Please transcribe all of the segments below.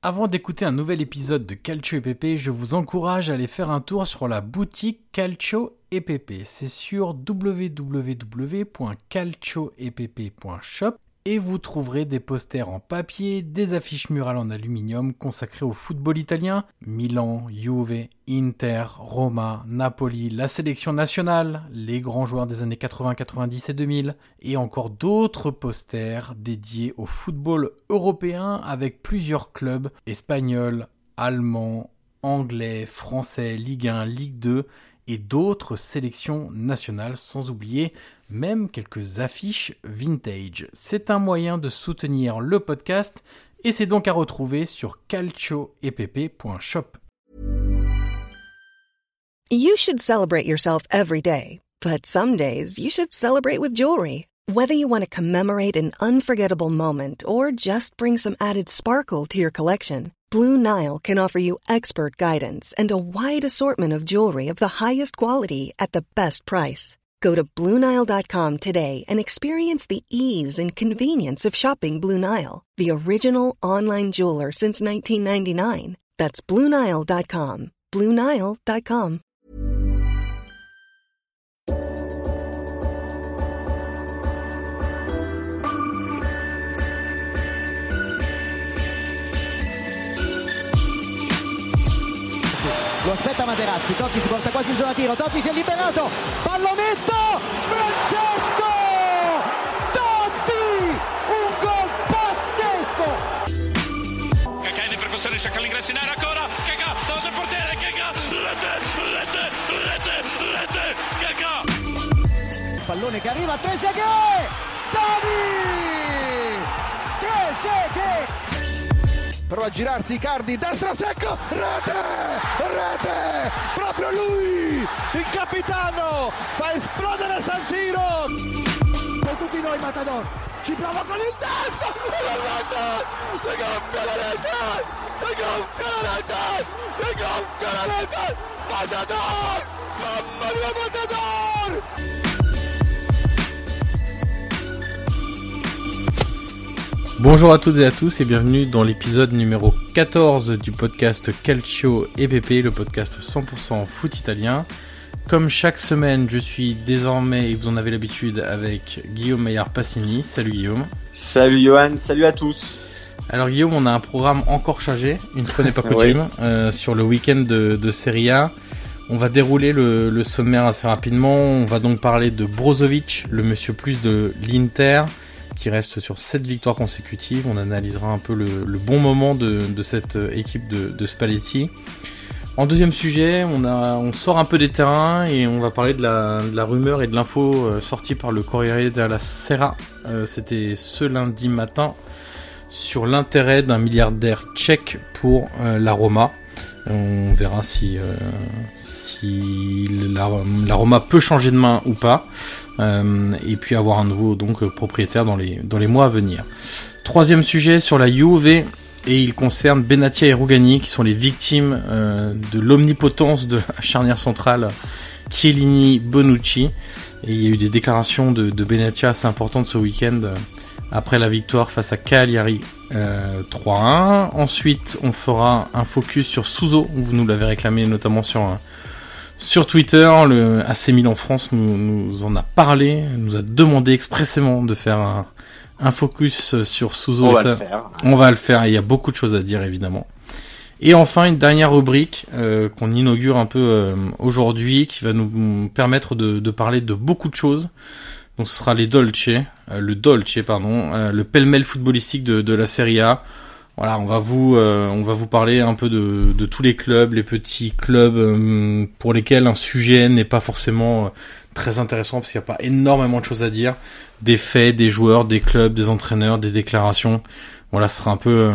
Avant d'écouter un nouvel épisode de Calcio et Pepe, je vous encourage à aller faire un tour sur la boutique Calcio et Pepe. C'est sur www.calcioepepe.shop et vous trouverez des posters en papier, des affiches murales en aluminium consacrées au football italien, Milan, Juve, Inter, Roma, Napoli, la sélection nationale, les grands joueurs des années 80, 90 et 2000, et encore d'autres posters dédiés au football européen avec plusieurs clubs espagnols, allemands, anglais, français, Ligue 1, Ligue 2 et d'autres sélections nationales, sans oublier même quelques affiches vintage. C'est un moyen de soutenir le podcast et c'est donc à retrouver sur calcioepepe.shop. You should celebrate yourself every day, but some days you should celebrate with jewelry. Whether you want to commemorate an unforgettable moment or just bring some added sparkle to your collection, Blue Nile can offer you expert guidance and a wide assortment of jewelry of the highest quality at the best price. Go to BlueNile.com today and experience the ease and convenience of shopping Blue Nile, the original online jeweler since 1999. That's BlueNile.com. BlueNile.com. Lo aspetta Materazzi, Totti si porta quasi in zona tiro, Totti si è liberato, pallonetto, Francesco Totti, un gol pazzesco. Kakà in percussione, cerca l'ingresso in area ancora, Kakà, davanti al portiere, Kakà, rete, Kakà. Pallone che arriva, Trezeguet, Davi, Trezeguet. Prova a girarsi Icardi, destra secco, rete, proprio lui, il capitano, fa esplodere San Siro. Per tutti noi Matador, ci prova con il testo, si gonfia la rete, Matador, mamma mia Matador. Bonjour à toutes et à tous et bienvenue dans l'épisode numéro 14 du podcast Calcio et Pepe, le podcast 100% foot italien. Comme chaque semaine, je suis désormais, et vous en avez l'habitude, avec Guillaume Maillard-Passini. Salut Guillaume. Salut Johan, salut à tous. Alors Guillaume, on a un programme encore chargé, une fois n'est pas coutume, sur le week-end de Serie A. On va dérouler le sommaire assez rapidement. On va donc parler de Brozovic, le monsieur plus de l'Inter, qui reste sur 7 victoires consécutives. On analysera un peu le bon moment de cette équipe de Spalletti. En deuxième sujet, on sort un peu des terrains et on va parler de la rumeur et de l'info sortie par le Corriere della Sera. C'était ce lundi matin sur l'intérêt d'un milliardaire tchèque pour la Roma. On verra si la Roma peut changer de main ou pas. Et puis avoir un nouveau propriétaire dans les mois à venir. Troisième sujet sur la Juve et il concerne Benatia et Rugani qui sont les victimes de l'omnipotence de la charnière centrale Chiellini-Bonucci. Et il y a eu des déclarations de Benatia assez importantes ce week-end après la victoire face à Cagliari 3-1. Ensuite on fera un focus sur Suso, vous nous l'avez réclamé notamment sur Twitter. Le AC Milan France nous en a parlé, nous a demandé expressément de faire un focus sur Suso. On va le faire, et il y a beaucoup de choses à dire évidemment. Et enfin une dernière rubrique qu'on inaugure un peu aujourd'hui, qui va nous permettre de parler de beaucoup de choses. Donc ce sera le pêle-mêle footballistique de la Serie A. Voilà, on va vous parler un peu de tous les clubs, les petits clubs pour lesquels un sujet n'est pas forcément très intéressant parce qu'il n'y a pas énormément de choses à dire, des faits, des joueurs, des clubs, des entraîneurs, des déclarations. Voilà, ce sera un peu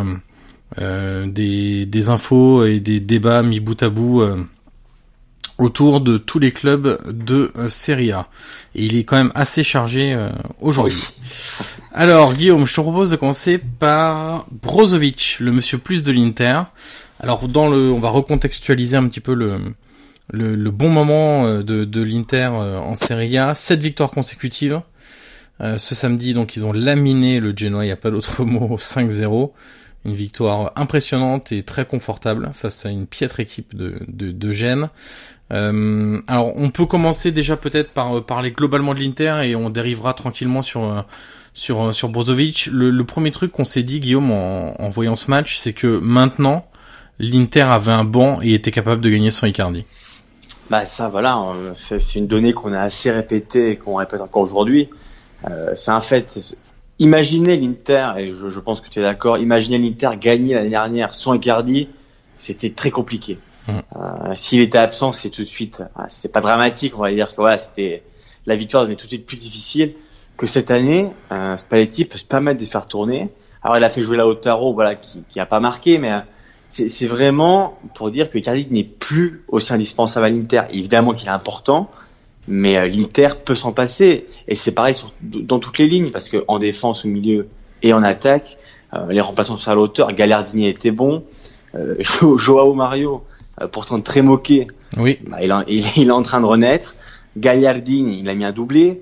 des infos et des débats mis bout à bout autour de tous les clubs de Serie A. Et il est quand même assez chargé aujourd'hui. Oui. Alors Guillaume, je te propose de commencer par Brozovic, le monsieur plus de l'Inter. Alors on va recontextualiser un petit peu le bon moment de l'Inter en Serie A. 7 victoires consécutives. Ce samedi, donc ils ont laminé le Genoa, il n'y a pas d'autre mot, 5-0. Une victoire impressionnante et très confortable face à une piètre équipe de Gênes. Alors on peut commencer déjà peut-être par parler globalement de l'Inter et on dérivera tranquillement sur Brozovic. Le premier truc qu'on s'est dit, Guillaume, en voyant ce match, c'est que maintenant l'Inter avait un banc et était capable de gagner sans Icardi. Bah ça voilà, c'est une donnée qu'on a assez répétée et qu'on répète encore aujourd'hui. C'est un fait. Imaginez l'Inter, et je pense que tu es d'accord, imaginez l'Inter gagner l'année dernière sans Icardi, c'était très compliqué. S'il était absent, c'est tout de suite, c'était pas dramatique, on va dire que voilà, c'était la victoire devenait tout de suite plus difficile que cette année. Spalletti peut se permettre de faire tourner. Alors il a fait jouer Lautaro, voilà, qui a pas marqué, mais c'est vraiment pour dire que Icardi n'est plus aussi indispensable à l'Inter. Évidemment qu'il est important, mais l'Inter peut s'en passer. Et c'est pareil dans toutes les lignes, parce que en défense, au milieu et en attaque, les remplaçants sur la hauteur, Gagliardini était bon, Joao Mario, pourtant très moqué, oui. Il est en train de renaître. Gagliardini, il a mis un doublé.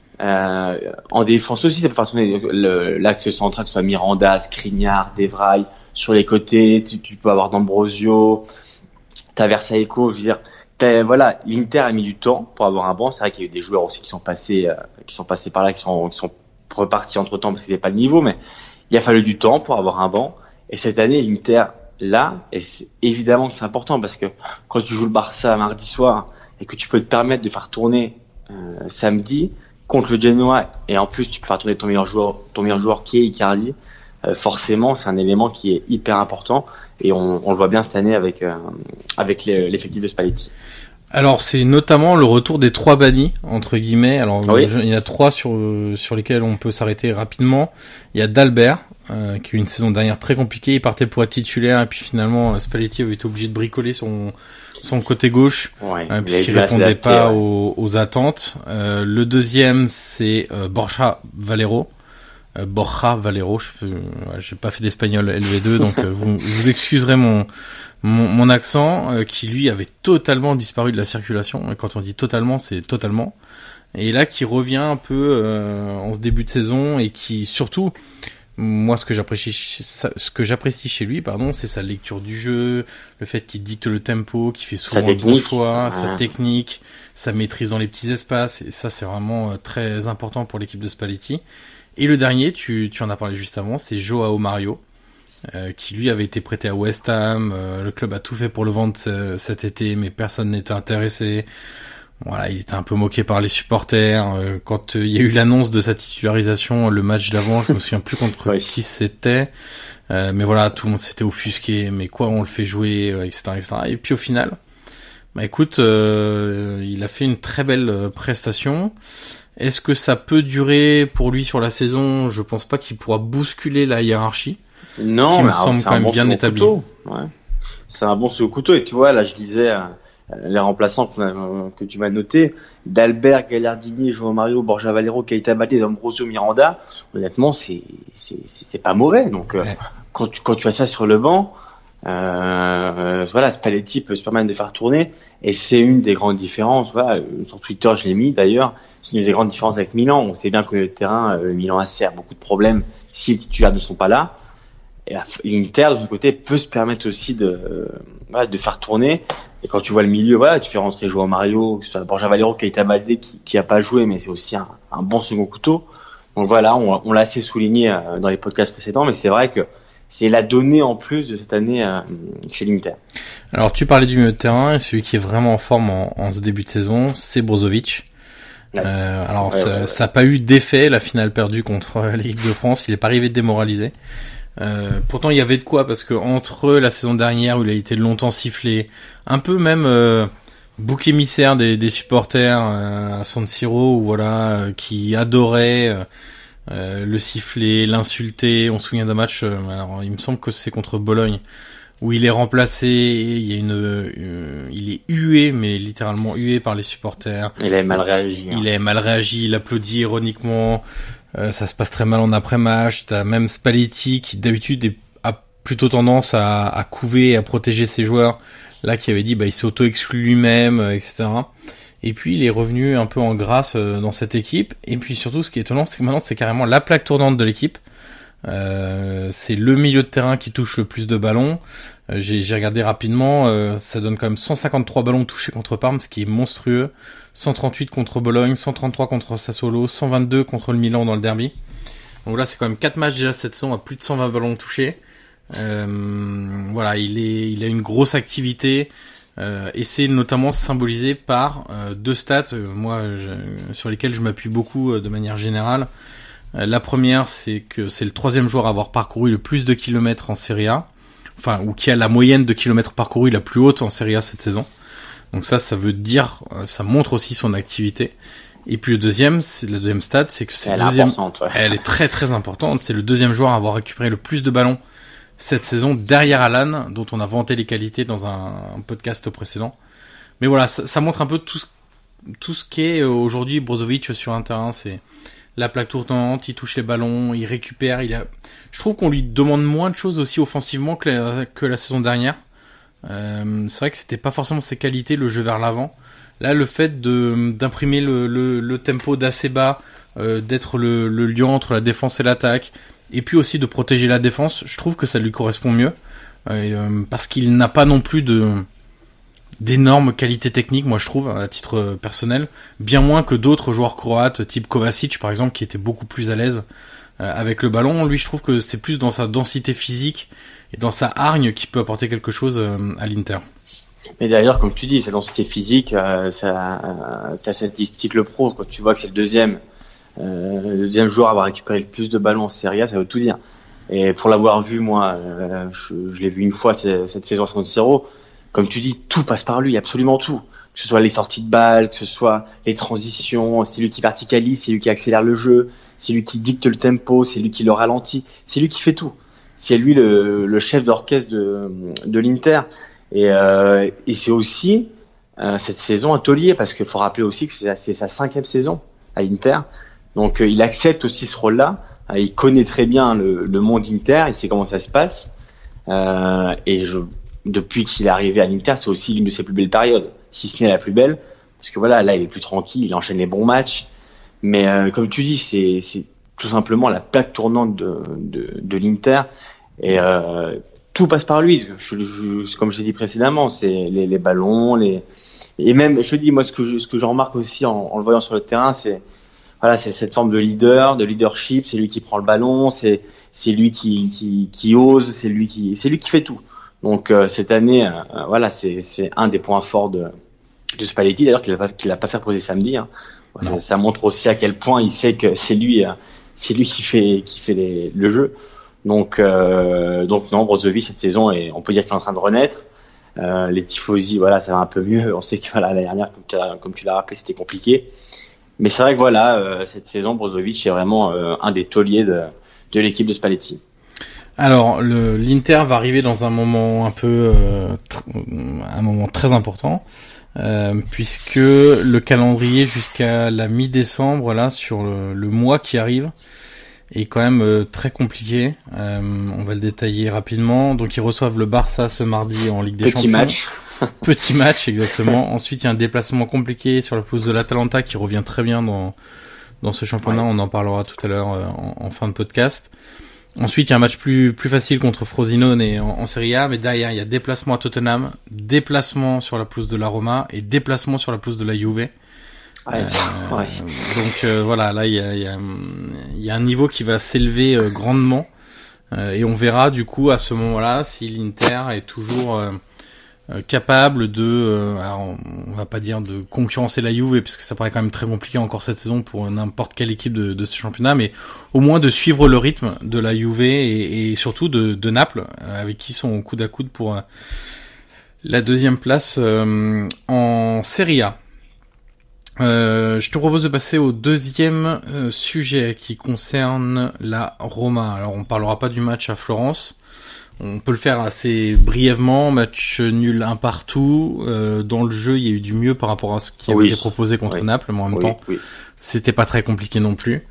En défense aussi, ça peut faire tourner l'axe central, que ce soit Miranda, Skriniar, Devray. Sur les côtés, tu peux avoir D'Ambrosio, t'as Versailles-Co, je veux dire, voilà, l'Inter a mis du temps pour avoir un banc. C'est vrai qu'il y a eu des joueurs aussi qui sont passés par là, qui sont repartis entre temps parce qu'ils n'avaient pas le niveau, mais il a fallu du temps pour avoir un banc. Et cette année, l'Inter, là, et c'est évidemment que c'est important parce que quand tu joues le Barça mardi soir et que tu peux te permettre de faire tourner samedi contre le Genoa, et en plus tu peux faire tourner ton meilleur joueur qui est Icardi, forcément c'est un élément qui est hyper important, et on le voit bien cette année avec l'effectif de Spalletti. Alors c'est notamment le retour des 3 bannis entre guillemets. Alors oui. Il y en a 3 sur lesquels on peut s'arrêter rapidement. Il y a D'Albert qui a eu une saison dernière très compliquée, il partait pour être titulaire et puis finalement Spalletti avait été obligé de bricoler son côté gauche, puisqu'il répondait pas aux attentes. Le deuxième c'est Borja Valero, j'ai pas fait d'espagnol LV2, donc vous excuserez mon accent, qui lui avait totalement disparu de la circulation. Et quand on dit totalement, c'est totalement. Et là, qui revient un peu en ce début de saison, et qui surtout, moi, ce que j'apprécie chez lui, c'est sa lecture du jeu, le fait qu'il dicte le tempo, qu'il fait souvent le bon choix, sa technique, sa maîtrise dans les petits espaces. Et ça, c'est vraiment très important pour l'équipe de Spalletti. Et le dernier, tu en as parlé juste avant, c'est Joao Mario, qui lui avait été prêté à West Ham. Le club a tout fait pour le vendre cet été, mais personne n'était intéressé. Voilà, il était un peu moqué par les supporters. Quand il y a eu l'annonce de sa titularisation, le match d'avant, je me souviens plus contre qui c'était. Mais voilà, tout le monde s'était offusqué. Mais quoi, on le fait jouer, etc., etc. Et puis au final, écoute, il a fait une très belle prestation. Est-ce que ça peut durer pour lui sur la saison? Je pense pas qu'il pourra bousculer la hiérarchie. Non, qui mais me semble quand même bien établi. Ouais. C'est un bon second couteau. Et tu vois, là, je disais les remplaçants que tu m'as notés, D'Albert, Gagliardini, Joao Mario, Borja Valero, Keita Balde, D'Ambrosio, Miranda. Honnêtement, c'est pas mauvais. Donc, quand tu as ça sur le banc, voilà, Spalletti peut se permettre de faire tourner. Et c'est une des grandes différences. Voilà, sur Twitter, je l'ai mis d'ailleurs. C'est une des grandes différences avec Milan. On sait bien que le terrain, Milan a beaucoup de problèmes si les titulaires ne sont pas là. Et l'Inter, de son côté, peut se permettre aussi de faire tourner. Et quand tu vois le milieu, voilà, tu fais rentrer Joao Mario, que ce soit Borja Valero, Keita Balde, qui a pas joué, mais c'est aussi un bon second couteau. Donc voilà, on l'a assez souligné dans les podcasts précédents, mais c'est vrai que c'est la donnée en plus de cette année chez l'Inter. Alors tu parlais du milieu de terrain, et celui qui est vraiment en forme en ce début de saison, c'est Brozovic. Ça a pas eu d'effet, la finale perdue contre l'équipe de France, il est pas arrivé démoralisé. Pourtant il y avait de quoi, parce que entre la saison dernière où il a été longtemps sifflé, un peu même bouc émissaire des supporters à San Siro, où qui adoraient le siffler, l'insulter. On se souvient d'un match, alors il me semble que c'est contre Bologne, où il est remplacé, il est hué, mais littéralement hué par les supporters. Il avait mal réagi. Il applaudit ironiquement. Ça se passe très mal en après-match. T'as même Spalletti qui d'habitude a plutôt tendance à couver et à protéger ses joueurs. Là, qui avait dit, il s'est auto-exclu lui-même, etc. Et puis, il est revenu un peu en grâce dans cette équipe. Et puis surtout, ce qui est étonnant, c'est que maintenant, c'est carrément la plaque tournante de l'équipe. C'est le milieu de terrain qui touche le plus de ballons. J'ai regardé rapidement, ça donne quand même 153 ballons touchés contre Parme, ce qui est monstrueux. 138 contre Bologne, 133 contre Sassuolo, 122 contre le Milan dans le derby. Donc là, c'est quand même 4 matchs déjà cette saison à plus de 120 ballons touchés. Voilà, il a une grosse activité. Et c'est notamment symbolisé par 2 stats, sur lesquelles je m'appuie beaucoup de manière générale. La première, c'est que c'est le 3e joueur à avoir parcouru le plus de kilomètres en Serie A, ou qui a la moyenne de kilomètres parcourus la plus haute en Serie A cette saison. Donc ça veut dire, ça montre aussi son activité. Et puis la deuxième stat, c'est que elle est très très importante. C'est le 2e joueur à avoir récupéré le plus de ballons cette saison derrière Alan, dont on a vanté les qualités dans un podcast précédent. Mais voilà, ça montre un peu tout ce qu'est aujourd'hui Brozovic sur un terrain. C'est la plaque tournante, il touche les ballons, il récupère. Je trouve qu'on lui demande moins de choses aussi offensivement que la saison dernière. C'est vrai que c'était pas forcément ses qualités, le jeu vers l'avant. Là, le fait d'imprimer le tempo d'assez bas, d'être le lion entre la défense et l'attaque, et puis aussi de protéger la défense, je trouve que ça lui correspond mieux, parce qu'il n'a pas non plus d'énormes qualités techniques, moi je trouve, à titre personnel, bien moins que d'autres joueurs croates, type Kovacic par exemple, qui était beaucoup plus à l'aise avec le ballon. Lui, je trouve que c'est plus dans sa densité physique et dans sa hargne qui peut apporter quelque chose à l'Inter. Mais d'ailleurs, comme tu dis, sa densité physique, t'as statistique le pro, quand tu vois que c'est le deuxième joueur à avoir récupéré le plus de ballons en Serie A, ça veut tout dire. Et pour l'avoir vu, moi, je l'ai vu une fois cette saison à San Siro, comme tu dis, tout passe par lui, absolument tout. Que ce soit les sorties de balles, que ce soit les transitions, c'est lui qui verticalise, c'est lui qui accélère le jeu, c'est lui qui dicte le tempo, c'est lui qui le ralentit, c'est lui qui fait tout. C'est lui le chef d'orchestre de l'Inter. Et c'est aussi cette saison un taulier, parce qu'il faut rappeler aussi que c'est sa 5e saison à l'Inter. Donc il accepte aussi ce rôle-là. Il connaît très bien le monde Inter, il sait comment ça se passe. Depuis qu'il est arrivé à l'Inter, c'est aussi l'une de ses plus belles périodes, si ce n'est la plus belle, parce que voilà, là il est plus tranquille, il enchaîne les bons matchs. Mais comme tu dis, c'est tout simplement la plaque tournante de l'Inter, et tout passe par lui. Comme je l'ai dit précédemment, c'est les ballons, et même, je te dis, moi, ce que je remarque aussi en le voyant sur le terrain, c'est cette forme de leadership. C'est lui qui prend le ballon, c'est lui qui ose, c'est lui qui fait tout. Donc cette année, c'est un des points forts de Spalletti, d'ailleurs, qu'il a pas fait reposer samedi. Hein. Ça montre aussi à quel point il sait que c'est lui qui fait le jeu. Donc non, Brozovic cette saison, on peut dire qu'il est en train de renaître. Les tifosi, ça va un peu mieux. On sait que l'année dernière, comme tu l'as rappelé, c'était compliqué. Mais c'est vrai que cette saison, Brozovic est vraiment un des tauliers de l'équipe de Spalletti. Alors, l'Inter va arriver dans un moment un moment très important, puisque le calendrier jusqu'à la mi-décembre, là, sur le mois qui arrive, est quand même très compliqué. On va le détailler rapidement. Donc ils reçoivent le Barça ce mardi en Ligue des Champions. Petit match, exactement. Ensuite, il y a un déplacement compliqué sur la pelouse de l'Atalanta qui revient très bien dans ce championnat. Ouais. On en parlera tout à l'heure en fin de podcast. Ensuite, il y a un match plus facile contre Frosinone en Serie A, mais derrière, il y a déplacement à Tottenham, déplacement sur la pelouse de la Roma et déplacement sur la pelouse de la Juve. Donc voilà, là il y a un niveau qui va s'élever grandement, et on verra du coup à ce moment-là si l'Inter est toujours capable alors on va pas dire de concurrencer la Juve, parce que ça paraît quand même très compliqué encore cette saison pour n'importe quelle équipe de ce championnat, mais au moins de suivre le rythme de la Juve et surtout de Naples, avec qui ils sont au coude à coude pour la 2e place en Serie A. Je te propose de passer au 2e sujet qui concerne la Roma. Alors on parlera pas du match à Florence, on peut le faire assez brièvement. Match nul 1 partout. Dans le jeu il y a eu du mieux par rapport à ce qui avait été proposé contre Naples, mais en même temps c'était pas très compliqué non plus.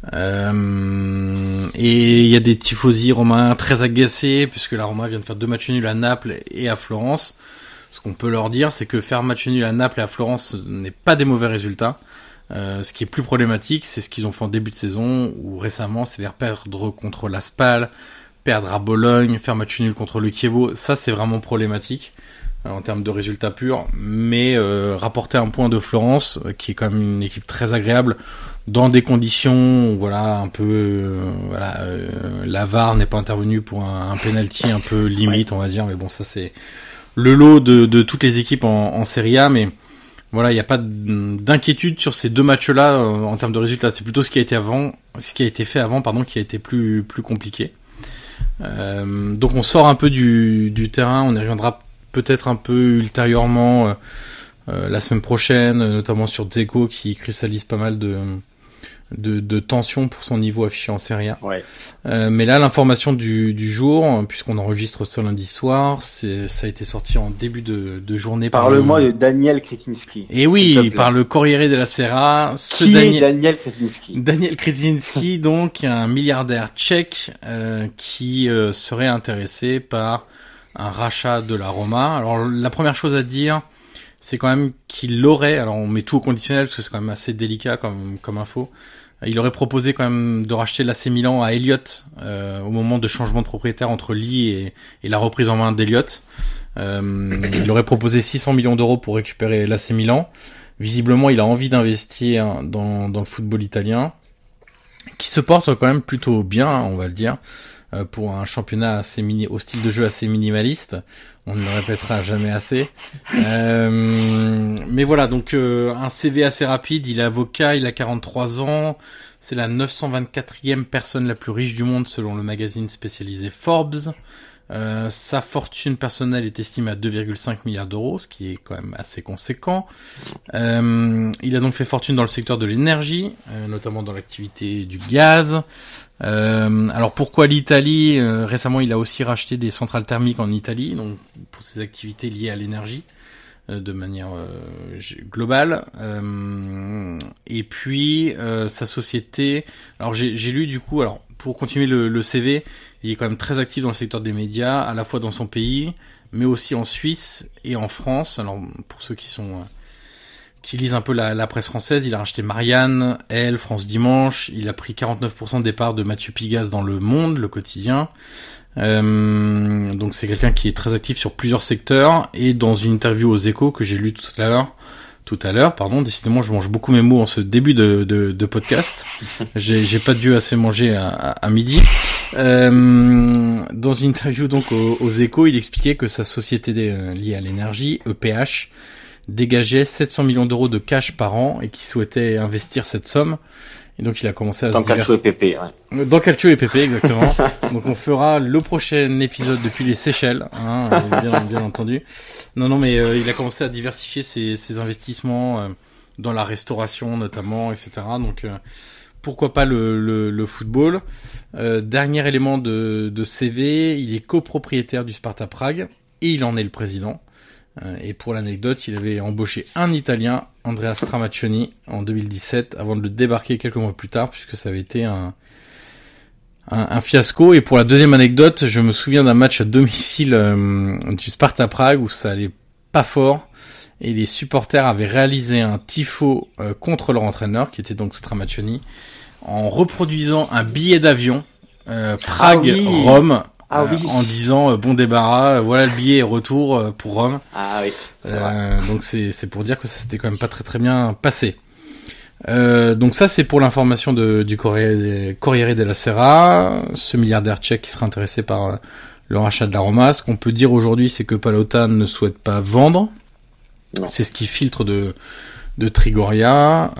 Et il y a des tifosi romains très agacés puisque la Roma vient de faire 2 matchs nuls à Naples et à Florence. Ce qu'on peut leur dire, c'est que faire match nul à Naples et à Florence n'est pas des mauvais résultats. Ce qui est plus problématique, c'est ce qu'ils ont fait en début de saison ou récemment, c'est-à-dire perdre contre la Spal, perdre à Bologne, faire match nul contre le Chievo. Ça, c'est vraiment problématique en termes de résultats purs. Mais rapporter un point de Florence, qui est quand même une équipe très agréable, dans des conditions, voilà, un peu, la VAR n'est pas intervenue pour un penalty un peu limite, on va dire. Mais bon, ça c'est le lot de toutes les équipes en Serie A. Mais voilà, il n'y a pas d'inquiétude sur ces deux matchs-là en termes de résultats. C'est plutôt ce qui a été fait avant, qui a été plus compliqué. Donc on sort un peu du terrain. On y reviendra peut-être un peu ultérieurement la semaine prochaine, notamment sur Dzeko qui cristallise pas mal de tension pour son niveau affiché en Serie A. Ouais. Mais là, l'information du jour, puisqu'on enregistre ce lundi soir, ça a été sorti en début de journée. Parle-moi de Daniel Kretinsky. Et oui, par le Corriere della Sera. Est Daniel Kretinsky? Daniel Kretinsky, donc un milliardaire tchèque qui serait intéressé par un rachat de la Roma. Alors la première chose à dire, c'est quand même qu'il aurait, alors on met tout au conditionnel parce que c'est quand même assez délicat comme info, il aurait proposé quand même de racheter l'AC Milan à Elliott au moment de changement de propriétaire entre Lee et la reprise en main d'Elliott. Il aurait proposé 600 millions d'euros pour récupérer l'AC Milan. Visiblement, il a envie d'investir dans le football italien, qui se porte quand même plutôt bien, on va le dire, pour un championnat au style de jeu assez minimaliste. On ne le répétera jamais assez. Mais voilà, donc un CV assez rapide. Il est avocat, il a 43 ans. C'est la 924e personne la plus riche du monde selon le magazine spécialisé Forbes. Sa fortune personnelle est estimée à 2,5 milliards d'euros, ce qui est quand même assez conséquent. Il a donc fait fortune dans le secteur de l'énergie, notamment dans l'activité du gaz. Alors pourquoi l'Italie? Récemment, il a aussi racheté des centrales thermiques en Italie, donc pour ses activités liées à l'énergie de manière globale. Et puis sa société. Alors j'ai lu du coup. Alors pour continuer le CV, il est quand même très actif dans le secteur des médias, à la fois dans son pays, mais aussi en Suisse et en France. Alors pour ceux qui lisent un peu la presse française, il a racheté Marianne, Elle, France Dimanche, il a pris 49% des parts de Mathieu Pigasse dans Le Monde, le quotidien. Donc c'est quelqu'un qui est très actif sur plusieurs secteurs, et dans une interview aux Échos que j'ai lu tout à l'heure, décidément je mange beaucoup mes mots en ce début de podcast. J'ai pas dû assez manger à midi. Dans une interview donc aux Échos, il expliquait que sa société liée à l'énergie, EPH, dégageait 700 millions d'euros de cash par an et qui souhaitait investir cette somme. Et donc il a commencé à dans Calcio et Pépé, ouais. Dans Calcio et Pépé, exactement. Donc on fera le prochain épisode depuis les Seychelles, bien entendu. Non, mais il a commencé à diversifier ses investissements dans la restauration notamment, etc. Donc pourquoi pas le football. Dernier élément de CV, il est copropriétaire du Sparta Prague et il en est le président. Et pour l'anecdote, il avait embauché un Italien, Andrea Stramaccioni, en 2017, avant de le débarquer quelques mois plus tard, puisque ça avait été un fiasco. Et pour la deuxième anecdote, je me souviens d'un match à domicile du Sparta Prague où ça allait pas fort, et les supporters avaient réalisé un tifo contre leur entraîneur, qui était donc Stramaccioni, en reproduisant un billet d'avion Prague-Rome. En disant bon débarras, voilà le billet et retour pour Rome. Ah oui. Donc c'est pour dire que ça s'était quand même pas très très bien passé. Donc ça c'est pour l'information du Corriere della Sera, ce milliardaire tchèque qui serait intéressé par le rachat de la Roma. Ce qu'on peut dire aujourd'hui, c'est que Palota ne souhaite pas vendre. Non. C'est ce qui filtre de Trigoria.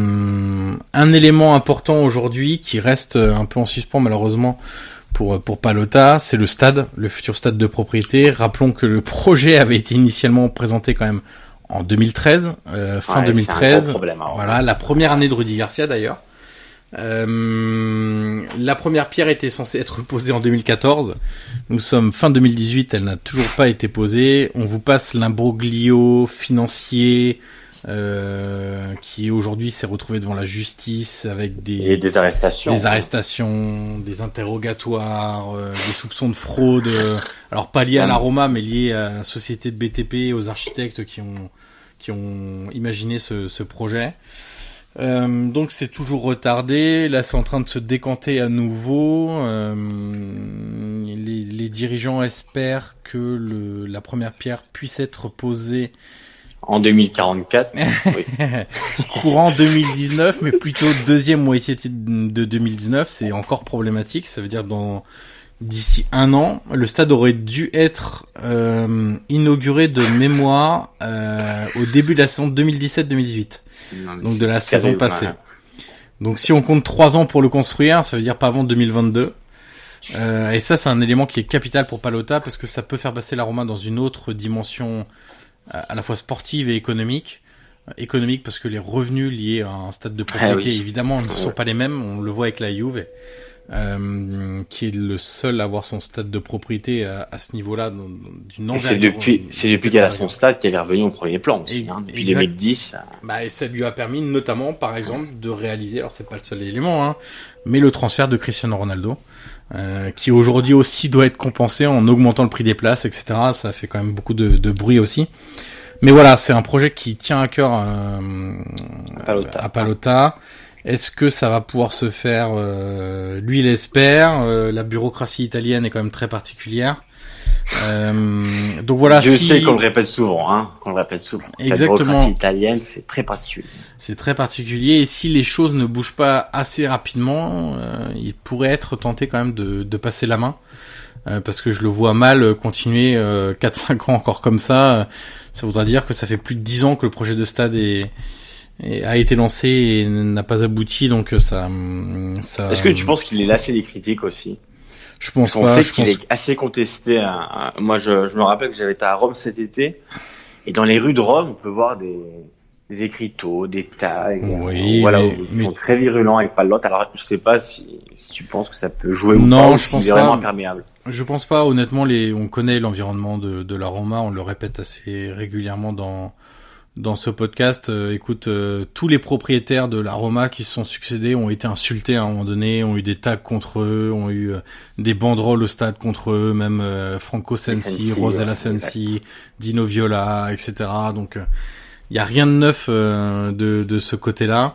Un élément important aujourd'hui qui reste un peu en suspens malheureusement pour Palota, c'est le futur stade de propriété. Rappelons que le projet avait été initialement présenté quand même en 2013, fin 2013. C'est un gros problème, voilà, la première année de Rudy Garcia d'ailleurs. La première pierre était censée être posée en 2014. Nous sommes fin 2018, elle n'a toujours pas été posée. On vous passe l'imbroglio financier qui aujourd'hui s'est retrouvé devant la justice avec des arrestations, des interrogatoires, des soupçons de fraude. Alors pas liés à la Roma, mais liés à la société de BTP, aux architectes qui ont imaginé ce projet. Donc c'est toujours retardé. Là, c'est en train de se décanter à nouveau. Les dirigeants espèrent que la première pierre puisse être posée en 2044. Oui. Courant 2019, mais plutôt deuxième moitié de 2019. C'est encore problématique. Ça veut dire d'ici 1 an, le stade aurait dû être inauguré de mémoire au début de la saison 2017-2018. Donc de la saison passée. Ouais. Donc si on compte 3 ans pour le construire, ça veut dire pas avant 2022. Et ça, c'est un élément qui est capital pour Pallotta parce que ça peut faire passer la Roma dans une autre dimension à la fois sportive et économique. Économique parce que les revenus liés à un stade de propriété, évidemment, ne sont pas les mêmes. On le voit avec la Juve. Qui est le seul à avoir son stade de propriété à ce niveau-là d'une envergure. C'est depuis qu'elle a son stade qu'elle est revenue au premier plan aussi, depuis 2010. Et ça lui a permis notamment, par exemple, de réaliser, alors c'est pas le seul élément, mais le transfert de Cristiano Ronaldo, qui aujourd'hui aussi doit être compensé en augmentant le prix des places, etc. Ça fait quand même beaucoup de bruit aussi. Mais voilà, c'est un projet qui tient à cœur à Pallotta. Est-ce que ça va pouvoir se faire? Lui, il espère. La bureaucratie italienne est quand même très particulière. Donc voilà. Je sais qu'on le répète souvent, Exactement. La bureaucratie italienne, c'est très particulier. C'est très particulier. Et si les choses ne bougent pas assez rapidement, il pourrait être tenté quand même de passer la main. Parce que je le vois mal continuer 4-5 ans encore comme ça. Ça voudra dire que ça fait plus de 10 ans que le projet de stade a été lancé et n'a pas abouti, donc ça. Est-ce que tu penses qu'il est lassé des critiques aussi? Je pense pas. On sait qu'il est assez contesté. Moi, je me rappelle que j'avais été à Rome cet été, et dans les rues de Rome, on peut voir des écriteaux, des tags. Oui, ils sont très virulents avec Pallotta. Alors, je sais pas si tu penses que ça peut jouer ou non, pas, je pense c'est vraiment imperméable. Je pense pas. Honnêtement, on connaît l'environnement de la Roma, on le répète assez régulièrement dans ce podcast. Écoute, tous les propriétaires de la Roma qui se sont succédés ont été insultés à un moment donné, ont eu des tags contre eux, ont eu des banderoles au stade contre eux, même Franco Sensi, Rosella Sensi, Dino Viola, etc. Donc il y a rien de neuf de ce côté-là.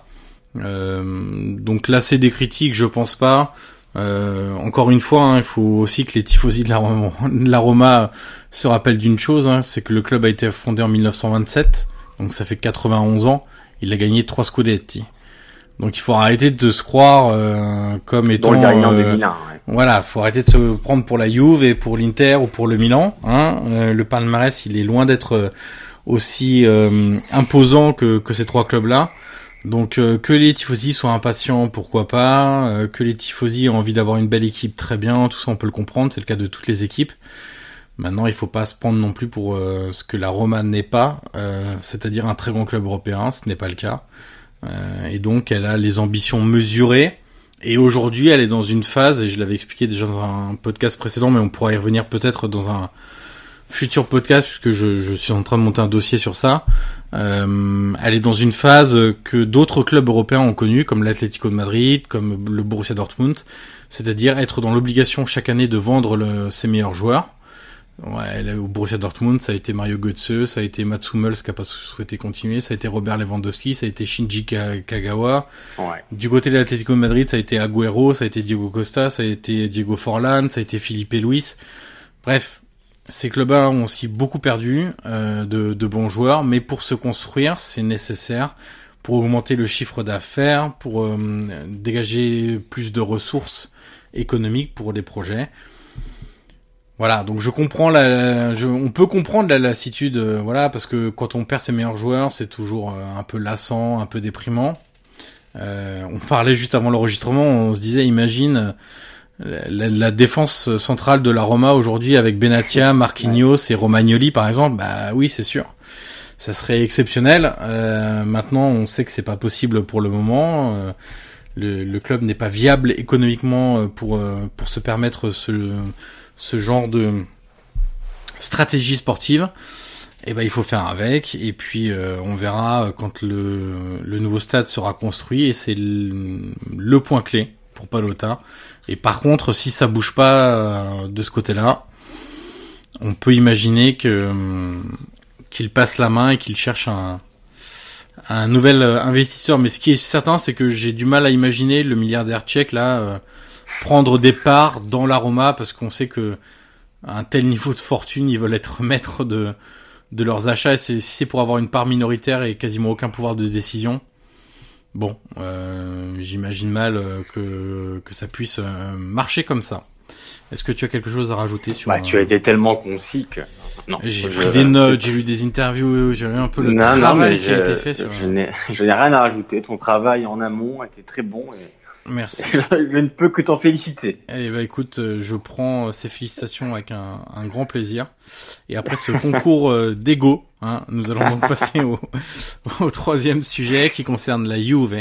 Donc là, c'est des critiques, je pense pas. Encore une fois, il faut aussi que les tifosi de la Roma se rappellent d'une chose, c'est que le club a été fondé en 1927. Donc ça fait 91 ans, il a gagné 3 Scudetti. Donc il faut arrêter de se croire comme étant le dernier en 2001. Ouais. Voilà, faut arrêter de se prendre pour la Juve et pour l'Inter ou pour le Milan. Le palmarès, il est loin d'être aussi imposant que ces 3 clubs-là. Donc que les tifosi soient impatients, pourquoi pas. Que les tifosi ont envie d'avoir une belle équipe, très bien. Tout ça, on peut le comprendre. C'est le cas de toutes les équipes. Maintenant, il faut pas se prendre non plus pour ce que la Roma n'est pas, c'est-à-dire un très grand club européen. Ce n'est pas le cas. Et donc, elle a les ambitions mesurées. Et aujourd'hui, elle est dans une phase, et je l'avais expliqué déjà dans un podcast précédent, mais on pourra y revenir peut-être dans un futur podcast, puisque je suis en train de monter un dossier sur ça. Elle est dans une phase que d'autres clubs européens ont connue, comme l'Atlético de Madrid, comme le Borussia Dortmund, c'est-à-dire être dans l'obligation chaque année de vendre ses meilleurs joueurs. Ouais, au Borussia Dortmund, ça a été Mario Götze, ça a été Mats Hummels qui a pas souhaité continuer, ça a été Robert Lewandowski, ça a été Shinji Kagawa. Ouais. Du côté de l'Atlético de Madrid, ça a été Agüero, ça a été Diego Costa, ça a été Diego Forlán, ça a été Felipe Luis. Bref, ces clubs-là ont aussi beaucoup perdu de bons joueurs, mais pour se construire, c'est nécessaire pour augmenter le chiffre d'affaires, pour dégager plus de ressources économiques pour des projets. Voilà, donc je comprends on peut comprendre la lassitude, voilà, parce que quand on perd ses meilleurs joueurs, c'est toujours un peu lassant, un peu déprimant. On parlait juste avant l'enregistrement, on se disait, imagine la défense centrale de la Roma aujourd'hui avec Benatia, Marquinhos et Romagnoli par exemple. Bah oui, c'est sûr, ça serait exceptionnel. Maintenant, on sait que c'est pas possible pour le moment. Le club n'est pas viable économiquement pour se permettre ce genre de stratégie sportive. Et ben il faut faire avec, et puis on verra quand le nouveau stade sera construit, et c'est le point clé pour Pallotta. Et par contre, si ça bouge pas de ce côté-là, on peut imaginer qu'il passe la main et qu'il cherche un nouvel investisseur. Mais ce qui est certain, c'est que j'ai du mal à imaginer le milliardaire tchèque là prendre des parts dans l'Aroma, parce qu'on sait que à un tel niveau de fortune, ils veulent être maîtres de leurs achats. Et si c'est pour avoir une part minoritaire et quasiment aucun pouvoir de décision, bon, j'imagine mal que ça puisse marcher comme ça. Est-ce que tu as quelque chose à rajouter sur... Tu as été tellement concis que... Non, j'ai pris des notes, j'ai lu des interviews, j'ai lu un peu le travail qui a été fait sur... Je n'ai rien à rajouter. Ton travail en amont était très bon. Merci. Je ne peux que t'en féliciter. Eh ben écoute, je prends ces félicitations avec un grand plaisir. Et après ce concours d'ego, nous allons donc passer au troisième sujet qui concerne la Juve.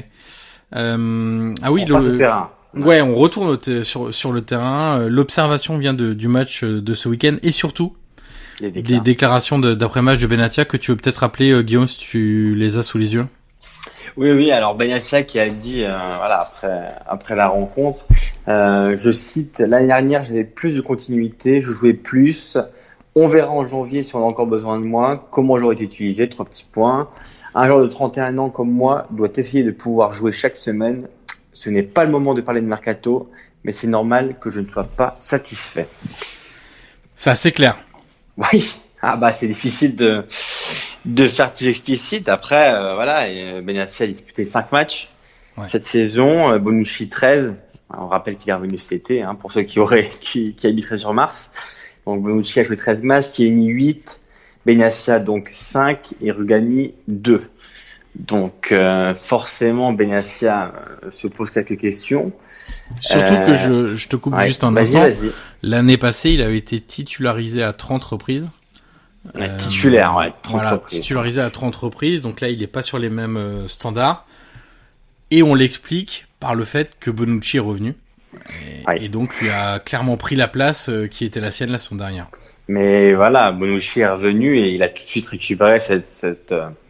On passe au terrain. Ouais, on retourne sur le terrain. L'observation vient du match de ce week-end et surtout des déclarations d'après-match de Benatia que tu veux peut-être rappeler, Guillaume, si tu les as sous les yeux. Oui. Alors Benatia qui a dit, après la rencontre, je cite: l'année dernière, j'avais plus de continuité, je jouais plus. On verra en janvier si on a encore besoin de moi. Comment j'aurais été utilisé? 3 petits points. Un joueur de 31 ans comme moi doit essayer de pouvoir jouer chaque semaine. Ce n'est pas le moment de parler de mercato, mais c'est normal que je ne sois pas satisfait. C'est assez clair. Oui. C'est difficile de faire plus explicite. Après, Benatia a disputé 5 matchs cette saison. Bonucci 13. On rappelle qu'il est revenu cet été, pour ceux qui habiteraient sur Mars. Donc Bonucci a joué 13 matchs, Chiellini 8, Benatia donc 5 et Rugani 2. Donc forcément Benatia se pose quelques questions. Surtout que je te coupe juste un instant. Vas-y. L'année passée, il avait été titularisé à 30 reprises. Titulaire, 30 voilà, reprises. Titularisé à 30 reprises. Donc là, il est pas sur les mêmes standards. Et on l'explique par le fait que Bonucci est revenu. Et donc lui a clairement pris la place qui était la sienne la saison dernière. Mais voilà, Bonucci est revenu et il a tout de suite récupéré cette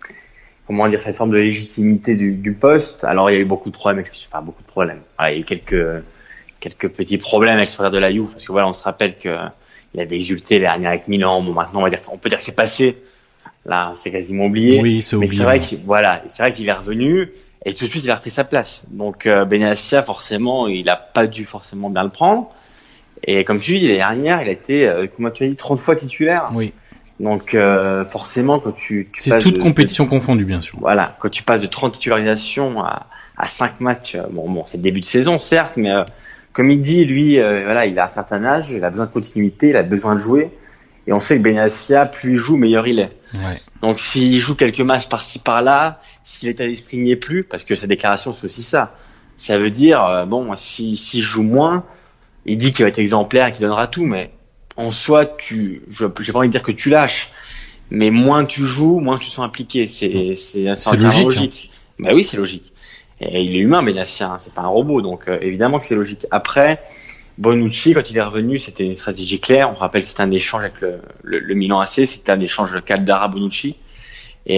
forme de légitimité du poste. Alors il y a eu beaucoup de problèmes, il y a eu quelques petits problèmes avec le de la Juve, parce que on se rappelle que il avait exulté l'année dernière avec Milan. Bon, maintenant on peut dire que c'est passé. Là, c'est quasiment oublié. Oui, c'est oublié. Mais c'est vrai qu'il est revenu et tout de suite il a repris sa place. Donc Benatia, forcément, il a pas dû forcément bien le prendre. Et comme tu dis, l'année dernière, il a été, comment tu as dit, 30 fois titulaire. Oui. Donc forcément, quand tu c'est toute compétition confondue, bien sûr. Voilà, quand tu passes de 30 titularisations à 5 matchs, bon, c'est le début de saison, certes, mais comme il dit, lui, il a un certain âge, il a besoin de continuité, il a besoin de jouer. Et on sait que Benatia, plus il joue, meilleur il est. Ouais. Donc s'il joue quelques matchs par-ci par-là, si l'état d'esprit n'y est plus, parce que sa déclaration c'est aussi ça. Ça veut dire, s'il joue moins, il dit qu'il va être exemplaire et qu'il donnera tout, mais en soi, j'ai pas envie de dire que tu lâches, mais moins tu joues, moins tu te sens impliqué. C'est logique. Bah oui, c'est logique. Et il est humain, Benatia, c'est pas un robot, donc évidemment que c'est logique. Après, Bonucci, quand il est revenu, c'était une stratégie claire. On rappelle que c'était un échange avec le Milan AC, c'était un échange Caldara-Bonucci. Et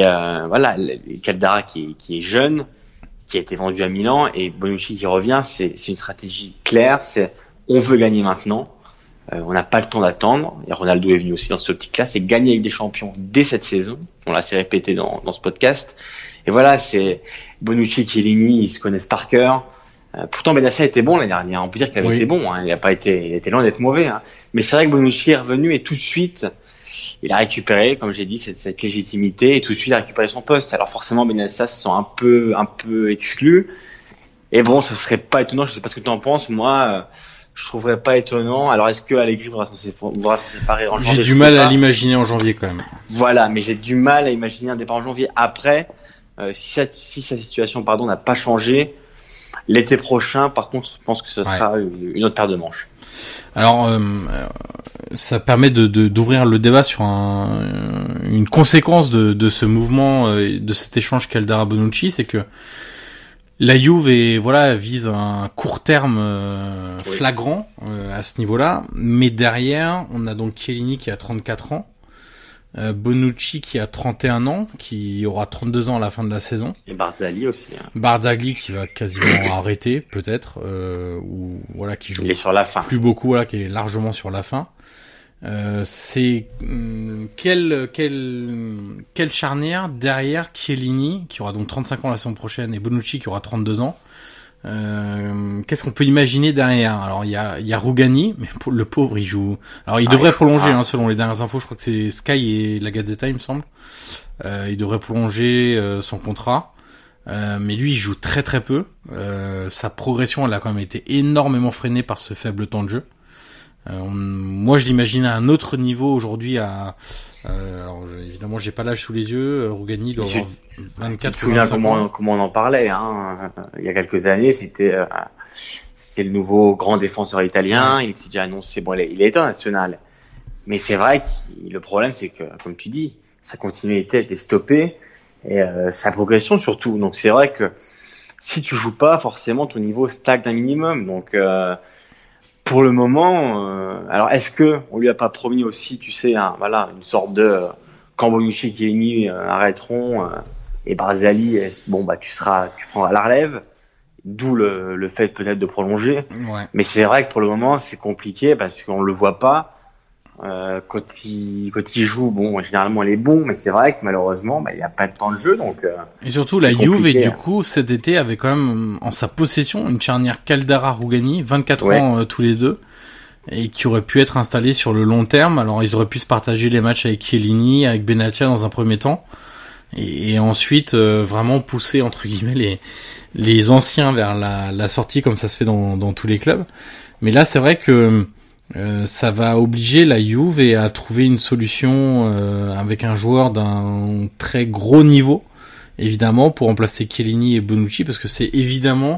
Caldara qui est jeune, qui a été vendu à Milan, et Bonucci qui revient, c'est une stratégie claire. C'est on veut gagner maintenant. On n'a pas le temps d'attendre. Et Ronaldo est venu aussi dans cette optique-là. C'est gagner avec des champions dès cette saison. On l'a assez répété dans ce podcast. Et voilà, c'est Bonucci, Chiellini, ils se connaissent par cœur. Pourtant, Benatia était bon l'année dernière. On peut dire qu'il avait été bon. Il était loin d'être mauvais. Mais c'est vrai que Bonucci est revenu et tout de suite, il a récupéré, comme j'ai dit, cette légitimité et tout de suite il a récupéré son poste. Alors forcément, Benatia se sent un peu exclu. Et bon, ce serait pas étonnant. Je sais pas ce que tu en penses. Moi, je trouverais pas étonnant. Alors, est-ce que Allegri voudra se séparer en janvier? J'ai du mal à l'imaginer en janvier quand même. Voilà, mais j'ai du mal à imaginer un départ en janvier. Après, si sa situation, n'a pas changé, l'été prochain, par contre, je pense que ce sera une autre paire de manches. Alors, ça permet d'ouvrir le débat sur une conséquence de ce mouvement, de cet échange Caldara-Bonucci, c'est que la Juve vise un court terme flagrant à ce niveau-là, mais derrière, on a donc Chiellini qui a 34 ans, Bonucci qui a 31 ans, qui aura 32 ans à la fin de la saison. Et Barzagli aussi. Barzagli qui va quasiment arrêter, peut-être, ou qui joue. Il est sur la fin. Plus beaucoup, qui est largement sur la fin. C'est quelle quelle charnière derrière Chiellini, qui aura donc 35 ans la saison prochaine, et Bonucci qui aura 32 ans. Qu'est-ce qu'on peut imaginer derrière? Alors il y a Rougani, mais pour le pauvre il joue. Alors il devrait prolonger, selon les dernières infos. Je crois que c'est Sky et la Gazzetta, il me semble. Il devrait prolonger son contrat, mais lui il joue très très peu. Sa progression elle a quand même été énormément freinée par ce faible temps de jeu. Moi je l'imagine à un autre niveau aujourd'hui. Alors évidemment j'ai pas l'âge sous les yeux. Rougani doit avoir 24. Tu te souviens comment on en parlait il y a quelques années, c'était le nouveau grand défenseur italien. Il était déjà annoncé, il est international, mais c'est vrai que le problème c'est que, comme tu dis, sa continuité a été stoppée et sa progression surtout. Donc c'est vrai que si tu joues pas, forcément ton niveau stagne d'un minimum. Donc pour le moment, alors est-ce que on lui a pas promis aussi, tu sais, une sorte de quand Bonucci et Chiellini arrêteront et Barzali, tu prendras la relève, d'où le fait peut-être de prolonger. Ouais. Mais c'est vrai que pour le moment c'est compliqué parce qu'on le voit pas. Quand il joue, généralement il est bon, mais c'est vrai que malheureusement, il n'y a pas de temps de jeu, donc. Et surtout la Juve, et du coup cet été avait quand même en sa possession une charnière Caldara-Rougani, 24 ans tous les deux, et qui aurait pu être installée sur le long terme. Alors ils auraient pu se partager les matchs avec Chiellini, avec Benatia dans un premier temps, et ensuite vraiment pousser entre guillemets les anciens vers la sortie, comme ça se fait dans tous les clubs. Mais là c'est vrai que ça va obliger la Juve à trouver une solution avec un joueur d'un très gros niveau, évidemment, pour remplacer Chiellini et Bonucci, parce que c'est évidemment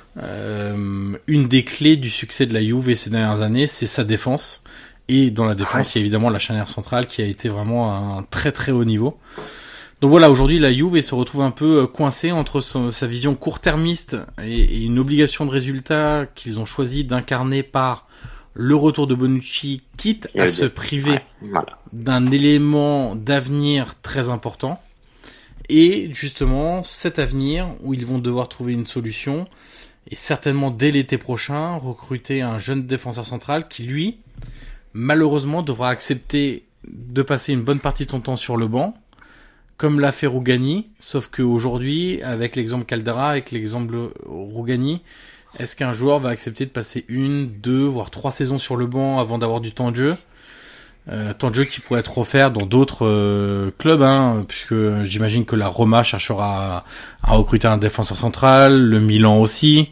une des clés du succès de la Juve ces dernières années, c'est sa défense. Et dans la défense, il y a évidemment la charnière centrale qui a été vraiment à un très très haut niveau. Donc voilà, aujourd'hui la Juve se retrouve un peu coincée entre sa vision court-termiste et une obligation de résultat qu'ils ont choisi d'incarner par le retour de Bonucci, quitte à se priver d'un élément d'avenir très important. Et justement, cet avenir où ils vont devoir trouver une solution, et certainement dès l'été prochain, recruter un jeune défenseur central qui, lui, malheureusement, devra accepter de passer une bonne partie de son temps sur le banc, comme l'a fait Rougani, sauf qu'aujourd'hui, avec l'exemple Caldara, avec l'exemple Rougani, est-ce qu'un joueur va accepter de passer 1, 2, voire 3 saisons sur le banc avant d'avoir du temps de jeu? Temps de jeu qui pourrait être offert dans d'autres clubs, puisque j'imagine que la Roma cherchera à recruter un défenseur central, le Milan aussi.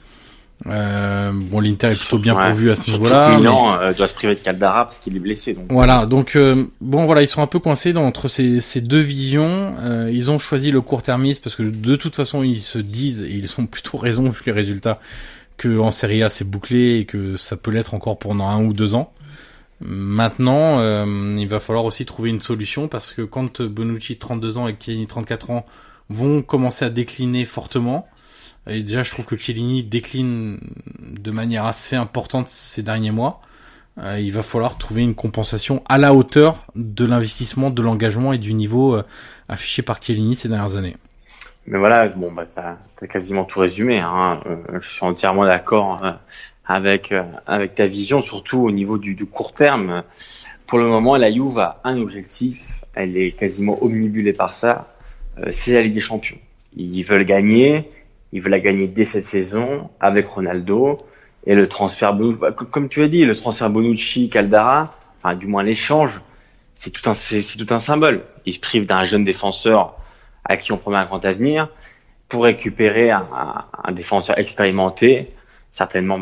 L'Inter est plutôt bien pourvu à ce niveau-là. Le Milan doit se priver de Caldara parce qu'il est blessé. Donc. Voilà, donc ils sont un peu coincés entre ces deux visions. Ils ont choisi le court-termisme parce que de toute façon ils se disent, et ils ont plutôt raison vu les résultats, que en Serie A c'est bouclé et que ça peut l'être encore pendant 1 ou 2 ans. Maintenant, il va falloir aussi trouver une solution parce que quand Bonucci 32 ans et Chiellini 34 ans vont commencer à décliner fortement, et déjà je trouve que Chiellini décline de manière assez importante ces derniers mois, il va falloir trouver une compensation à la hauteur de l'investissement, de l'engagement et du niveau affiché par Chiellini ces dernières années. Mais voilà, t'as quasiment tout résumé. Je suis entièrement d'accord avec ta vision, surtout au niveau du court terme. Pour le moment, la Juve a un objectif, elle est quasiment omnibulée par ça, c'est la Ligue des Champions. Ils veulent gagner, ils veulent la gagner dès cette saison avec Ronaldo et le transfert, comme tu as dit, le transfert Bonucci-Caldara, enfin du moins l'échange, c'est tout un symbole. Ils se privent d'un jeune défenseur à qui on promet un grand avenir, pour récupérer un défenseur expérimenté, certainement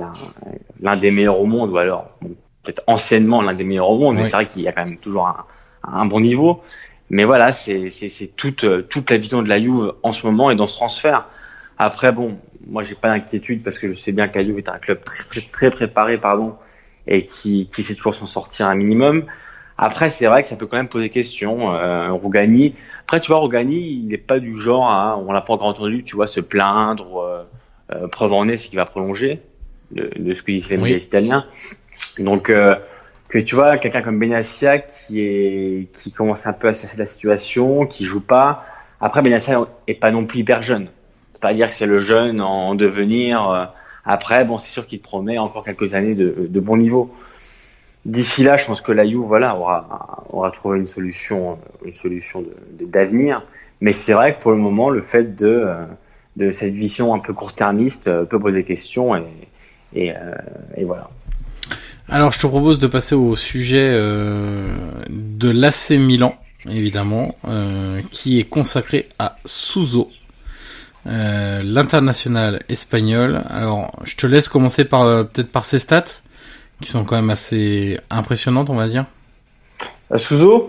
l'un des meilleurs au monde, ou alors peut-être anciennement l'un des meilleurs au monde, mais c'est vrai qu'il y a quand même toujours un bon niveau. Mais voilà, c'est toute la vision de la Juve en ce moment et dans ce transfert. Après moi j'ai pas d'inquiétude parce que je sais bien que la Juve est un club très, très préparé, et qui sait toujours s'en sortir un minimum. Après, c'est vrai que ça peut quand même poser question. Rougani. Après, tu vois, Rougani, il n'est pas du genre, on l'a pas encore entendu, tu vois, se plaindre. Preuve en est, c'est qu'il va prolonger de ce que disent les médias italiens. Donc, que tu vois, quelqu'un comme Benatia qui commence un peu à chercher la situation, qui joue pas. Après, Benatia est pas non plus hyper jeune. C'est pas dire que c'est le jeune en devenir. Après, c'est sûr qu'il te promet encore quelques années de bon niveau. d'ici là, je pense que la Juve, voilà, aura trouvé une solution d'avenir. Mais c'est vrai que pour le moment, le fait de cette vision un peu court-termiste peut poser question et voilà. Alors, je te propose de passer au sujet de l'AC Milan, évidemment, qui est consacré à Suso, l'international espagnol. Alors, je te laisse commencer peut-être par ses stats, qui sont quand même assez impressionnantes, on va dire. Suso ?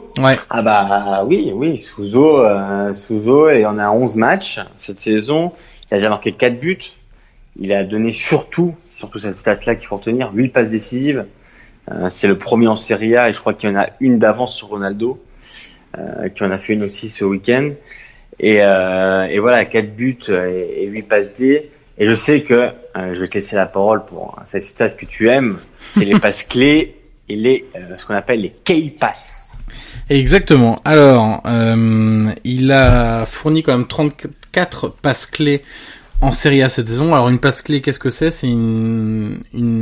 Ouais. Ah bah oui, Suso, il en a 11 matchs cette saison. Il a déjà marqué 4 buts. Il a donné surtout cette stat-là qu'il faut retenir, 8 passes décisives. C'est le premier en Serie A et je crois qu'il y en a une d'avance sur Ronaldo, qui en a fait une aussi ce week-end. Et voilà, 4 buts et 8 passes D. Et je sais que je vais te laisser la parole pour cette stat que tu aimes, c'est les passes clés et ce qu'on appelle les key passes. Exactement. Alors, il a fourni quand même 34 passes clés en Serie A cette saison. Alors, une passe clé, qu'est-ce que c'est ? C'est une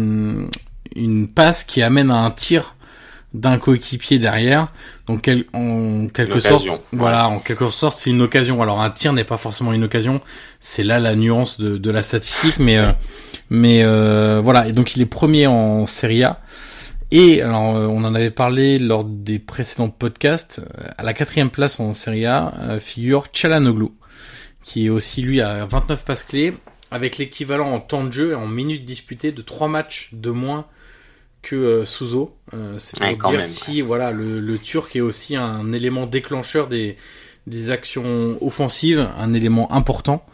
passe qui amène à un tir d'un coéquipier derrière. Donc, en quelque sorte, voilà, en quelque sorte, c'est une occasion. Alors, un tir n'est pas forcément une occasion. C'est là la nuance de la statistique, mais voilà. Et donc, il est premier en Serie A. Et alors, on en avait parlé lors des précédents podcasts. À la 4e place en Serie A figure Çalhanoğlu, qui est aussi lui à 29 passes clés, avec l'équivalent en temps de jeu et en minutes disputées de 3 matchs de moins que Suso. C'est pour dire si voilà le Turc est aussi un élément déclencheur des actions offensives, un élément important.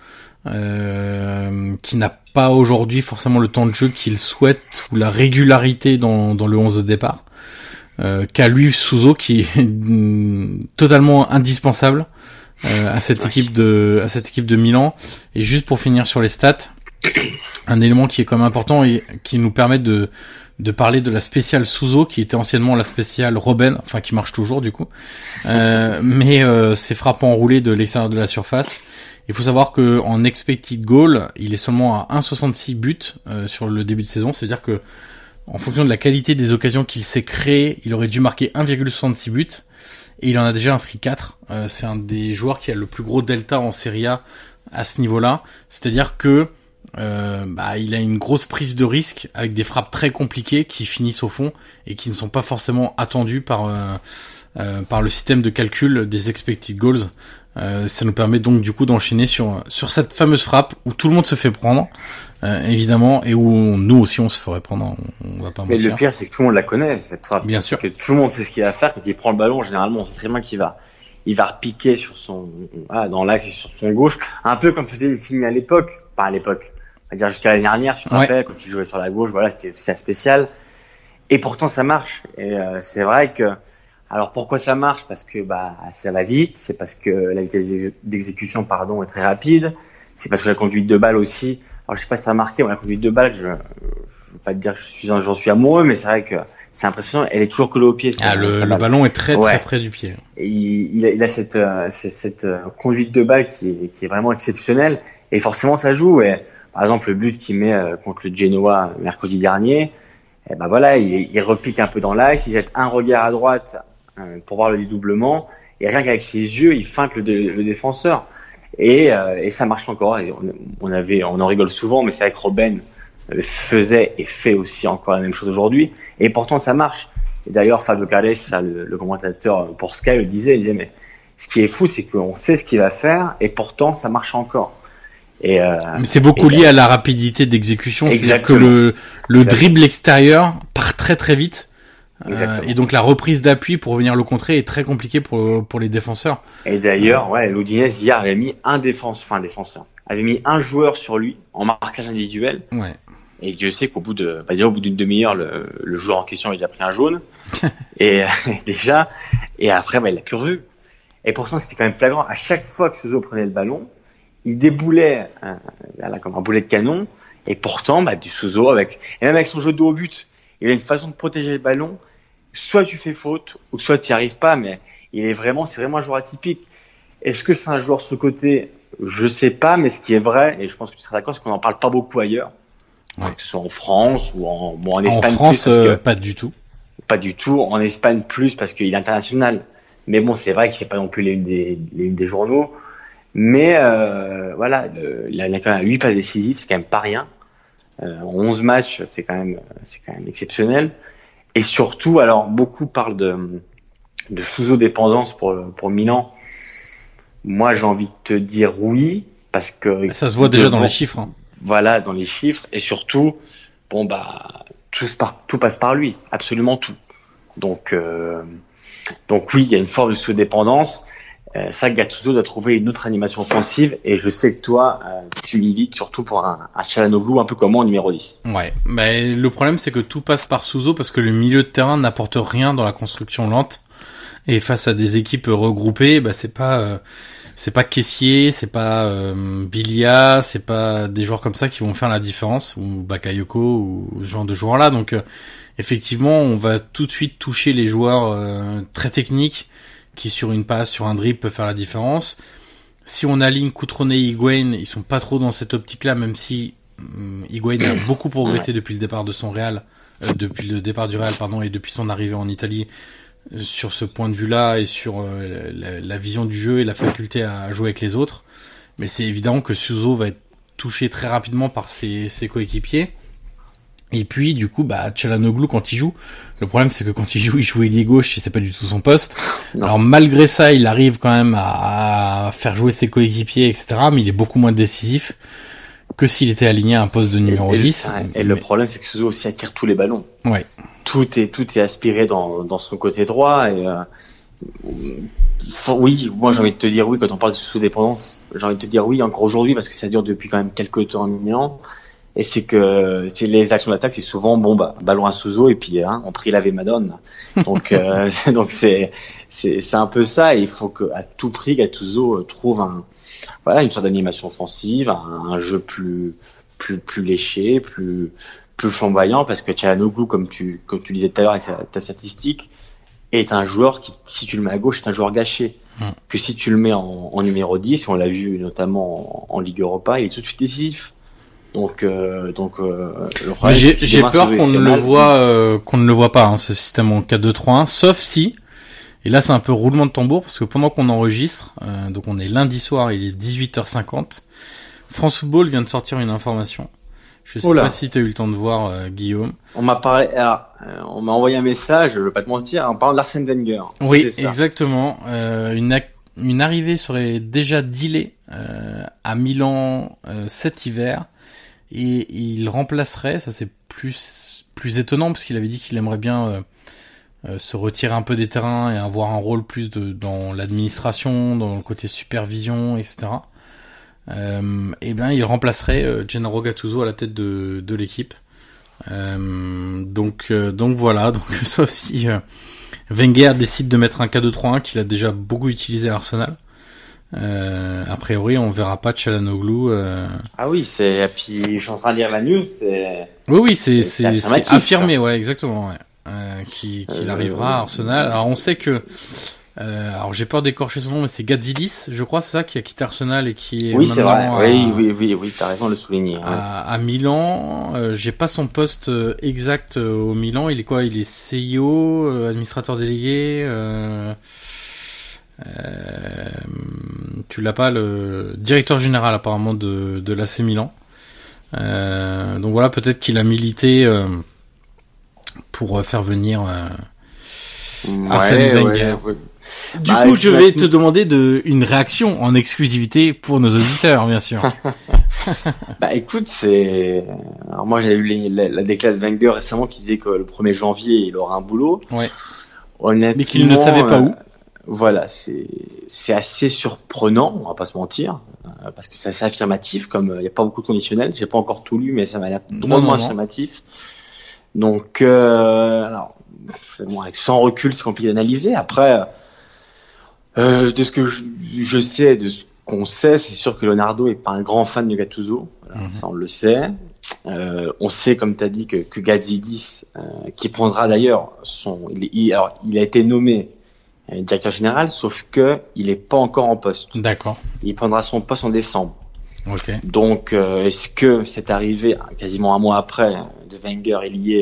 Qui n'a pas aujourd'hui forcément le temps de jeu qu'il souhaite ou la régularité dans le 11 de départ, qu'a lui Suso, qui est totalement indispensable à cette équipe de Milan. Et juste pour finir sur les stats, un élément qui est quand même important et qui nous permet de parler de la spéciale Suso, qui était anciennement la spéciale Robben, enfin qui marche toujours du coup, mais ses frappes enroulées de l'extérieur de la surface. Il faut savoir que en expected goal, il est seulement à 1,66 buts sur le début de saison. C'est-à-dire que, en fonction de la qualité des occasions qu'il s'est créées, il aurait dû marquer 1,66 buts et il en a déjà inscrit 4. C'est un des joueurs qui a le plus gros delta en Serie A à ce niveau-là. C'est-à-dire que il a une grosse prise de risque avec des frappes très compliquées qui finissent au fond et qui ne sont pas forcément attendues par le système de calcul des expected goals. Ça nous permet donc du coup d'enchaîner sur cette fameuse frappe où tout le monde se fait prendre, évidemment, et où nous aussi on se ferait prendre, on va pas mentir. Mais le pire c'est que tout le monde la connaît cette frappe. Bien sûr. Que tout le monde sait ce qu'il va faire quand il prend le ballon. Généralement on sait très bien qu'il va repiquer dans l'axe et sur son gauche, un peu comme faisait Insigne à l'époque, pas à l'époque, on va dire jusqu'à l'année dernière, tu te rappelles, quand il jouait sur la gauche, voilà, c'était spécial. Et pourtant ça marche. Et c'est vrai que alors pourquoi ça marche ? Parce que ça va vite, c'est parce que la vitesse d'exécution est très rapide, c'est parce que la conduite de balle aussi. Alors je sais pas si t'as remarqué, la conduite de balle, je veux pas te dire que j'en suis amoureux, mais c'est vrai que c'est impressionnant, elle est toujours collée au pied. Le ballon est très près du pied. Et il a cette conduite de balle qui est vraiment exceptionnelle, et forcément ça joue. Et par exemple le but qu'il met contre le Genoa mercredi dernier, il repique un peu dans l'axe, il jette un regard à droite pour voir le dédoublement, et rien qu'avec ses yeux il feinte le défenseur, et ça marche encore. Et on en rigole souvent, mais c'est vrai que Robben faisait et fait aussi encore la même chose aujourd'hui, et pourtant ça marche. Et d'ailleurs Fabio Carles, le commentateur pour Sky, il disait mais ce qui est fou c'est qu'on sait ce qu'il va faire et pourtant ça marche encore. Mais c'est beaucoup lié à la rapidité d'exécution. C'est-à-dire que le dribble extérieur part très très vite. Et donc la reprise d'appui pour venir le contrer est très compliquée pour les défenseurs. Et d'ailleurs, l'Udinese hier avait mis un défenseur, avait mis un joueur sur lui en marquage individuel. Ouais. Et je sais qu'au bout d'une demi-heure, le joueur en question a déjà pris un jaune. Et déjà, et après, il l'a plus revu. Et pourtant, c'était quand même flagrant. À chaque fois que Suso prenait le ballon, il déboulait comme un boulet de canon. Et pourtant, du Suso et même avec son jeu de haut but, il a une façon de protéger le ballon. Soit tu fais faute, ou soit tu n'y arrives pas, mais c'est vraiment un joueur atypique. Est-ce que c'est un joueur sous-coté ? Je sais pas, mais ce qui est vrai, et je pense que tu seras d'accord, c'est qu'on n'en parle pas beaucoup ailleurs. Ouais. Que ce soit en France ou en Espagne. En France, pas du tout. Pas du tout. En Espagne, plus parce qu'il est international. Mais bon, c'est vrai qu'il fait pas non plus les unes des journaux. Mais voilà, il a quand même 8 passes décisives, c'est quand même pas rien. En 11 matchs, c'est quand même exceptionnel. Et surtout, alors beaucoup parlent de Suso-dépendance pour Milan. Moi, j'ai envie de te dire oui, parce que ça se voit déjà dans les chiffres. Hein. Voilà, dans les chiffres, et surtout, bon bah tout passe par lui, absolument tout. Donc oui, il y a une forme de sous-dépendance. Ça, Gattuso doit trouver une autre animation offensive, et je sais que toi, tu milites surtout pour un Çalhanoğlu un peu comme moi en numéro 10. Ouais, mais le problème c'est que tout passe par Suso parce que le milieu de terrain n'apporte rien dans la construction lente, et face à des équipes regroupées, bah c'est pas Kessié, c'est pas Bilia, c'est pas des joueurs comme ça qui vont faire la différence, ou Bakayoko ou ce genre de joueurs là. Donc effectivement, on va tout de suite toucher les joueurs très techniques qui sur une passe, sur un dribble peuvent faire la différence. Si on aligne Cutrone et Higuaín, ils sont pas trop dans cette optique-là, même si Higuaín a beaucoup progressé depuis le départ de son Real, depuis le départ du Real, et depuis son arrivée en Italie. Sur ce point de vue-là et sur la vision du jeu et la faculté à jouer avec les autres. Mais c'est évident que Suso va être touché très rapidement par ses coéquipiers. Et puis, du coup, Çalhanoğlu, quand il joue, le problème, c'est que quand il joue ailier gauche, et c'est pas du tout son poste. Non. Alors, malgré ça, il arrive quand même à faire jouer ses coéquipiers, etc., mais il est beaucoup moins décisif que s'il était aligné à un poste de numéro 10. Et le problème, c'est que Suso aussi attire tous les ballons. Ouais. Tout est aspiré dans son côté droit, et oui, moi j'ai envie de te dire oui, quand on parle de sous-dépendance, j'ai envie de te dire oui encore aujourd'hui, parce que ça dure depuis quand même quelques temps en Milan. Et c'est que les actions d'attaque, c'est souvent ballon à Suso, et puis on prie l'Ave Madone. Donc donc c'est un peu ça, et il faut que à tout prix Gattuso trouve une sorte d'animation offensive, un jeu plus léché, plus flamboyant, parce que Çalhanoğlu, comme tu disais tout à l'heure avec ta statistique, est un joueur qui, si tu le mets à gauche, c'est un joueur gâché. Que si tu le mets en numéro 10, on l'a vu notamment en Ligue Europa, il est tout de suite décisif. Donc j'ai peur qu'on ne le voit pas, ce système en 4-2-3-1, sauf si, et là c'est un peu roulement de tambour, parce que pendant qu'on enregistre, donc on est lundi soir, il est 18h50, France Football vient de sortir une information. Je sais pas si tu as eu le temps de voir, Guillaume. On m'a parlé, alors, on m'a envoyé un message, je veux pas te mentir, en parlant d'Arsène Wenger. Oui, exactement. Une arrivée serait déjà dealée à Milan cet hiver, et il remplacerait, ça c'est plus étonnant parce qu'il avait dit qu'il aimerait bien se retirer un peu des terrains et avoir un rôle plus dans l'administration, dans le côté supervision, etc. Il remplacerait Gennaro Gattuso à la tête de l'équipe. Donc voilà, sauf si Wenger décide de mettre un 4-2-3-1 qu'il a déjà beaucoup utilisé à Arsenal. A priori, on verra pas Çalhanoğlu. Ah oui, et puis je suis en train de lire la news. Oui, c'est affirmé, ouais, exactement, ouais. Qu'il arrivera à Arsenal. Alors on sait que alors j'ai peur d'écorcher son nom, mais c'est Gazidis, je crois, c'est ça, qui a quitté Arsenal et qui est oui, c'est vrai. Oui, t'as raison de le souligner. À Milan, j'ai pas son poste exact au Milan. Il est quoi? Il est CIO, administrateur délégué. Tu l'as pas, le directeur général apparemment de l'AC Milan. Donc voilà, peut-être qu'il a milité pour faire venir Arsène Wenger. Ouais. Du coup, je vais te demander une réaction en exclusivité pour nos auditeurs, bien sûr. Écoute, alors moi j'ai lu la déclaration de Wenger récemment qui disait que le 1er janvier il aura un boulot. Ouais. Honnêtement, mais qu'il ne savait pas où. Voilà, c'est assez surprenant, on va pas se mentir, parce que c'est assez affirmatif, comme il y a pas beaucoup de conditionnels. J'ai pas encore tout lu, mais ça m'a l'air drôlement affirmatif. Donc, alors, avec sans recul, c'est compliqué d'analyser. Après, de ce que je sais, de ce qu'on sait, c'est sûr que Leonardo est pas un grand fan de Gattuso. Voilà, ça on le sait. On sait, comme tu as dit, que Gazidis, qui prendra d'ailleurs il a été nommé directeur général, sauf que il est pas encore en poste. D'accord. Il prendra son poste en décembre. Ok. Donc, est-ce que cette arrivée, quasiment un mois après, de Wenger est liée,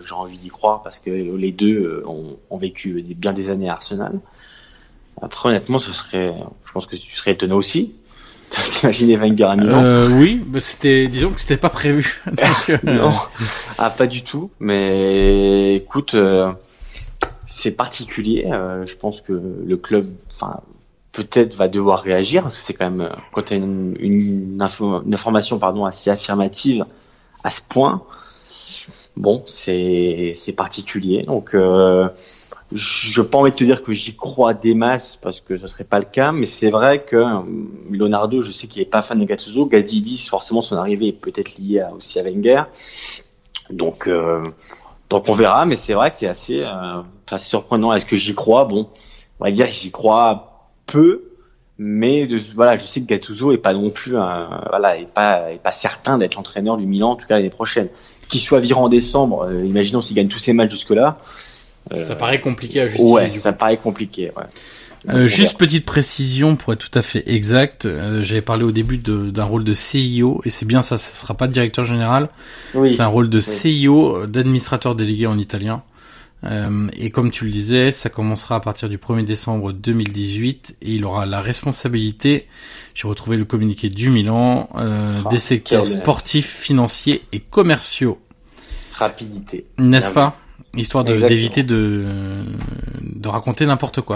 j'ai envie d'y croire parce que les deux ont vécu bien des années à Arsenal. Après, honnêtement, je pense que tu serais étonné aussi. T'imagines Wenger à Milan? Oui, bah disons que c'était pas prévu. Donc, non, pas du tout. Mais écoute, c'est particulier. Je pense que le club, peut-être va devoir réagir parce que c'est quand même quand tu as une information assez affirmative à ce point. Bon, c'est particulier. Donc je n'ai pas envie de te dire que j'y crois des masses parce que ce serait pas le cas, mais c'est vrai que Leonardo, je sais qu'il est pas fan de Gattuso. Gazidis, forcément, son arrivée est peut-être liée aussi à Wenger. Donc on verra, mais c'est vrai que c'est assez surprenant. Est-ce que j'y crois? Bon, on va dire que j'y crois peu, mais je sais que Gattuso est pas non plus est pas certain d'être l'entraîneur du Milan en tout cas l'année prochaine. Qu'il soit viré en décembre, imaginons s'il gagne tous ses matchs jusque-là. Ça paraît compliqué à justifier. Ouais, ça paraît compliqué. Ouais. Juste petite précision pour être tout à fait exact, j'avais parlé au début d'un rôle de CIO et c'est bien ça sera pas de directeur général. Oui. C'est un rôle de CIO, d'administrateur délégué en italien. Et comme tu le disais, ça commencera à partir du 1er décembre 2018 et il aura la responsabilité, j'ai retrouvé le communiqué du Milan, des secteurs sportifs, financiers et commerciaux. Rapidité. N'est-ce pas? Histoire d'éviter de raconter n'importe quoi.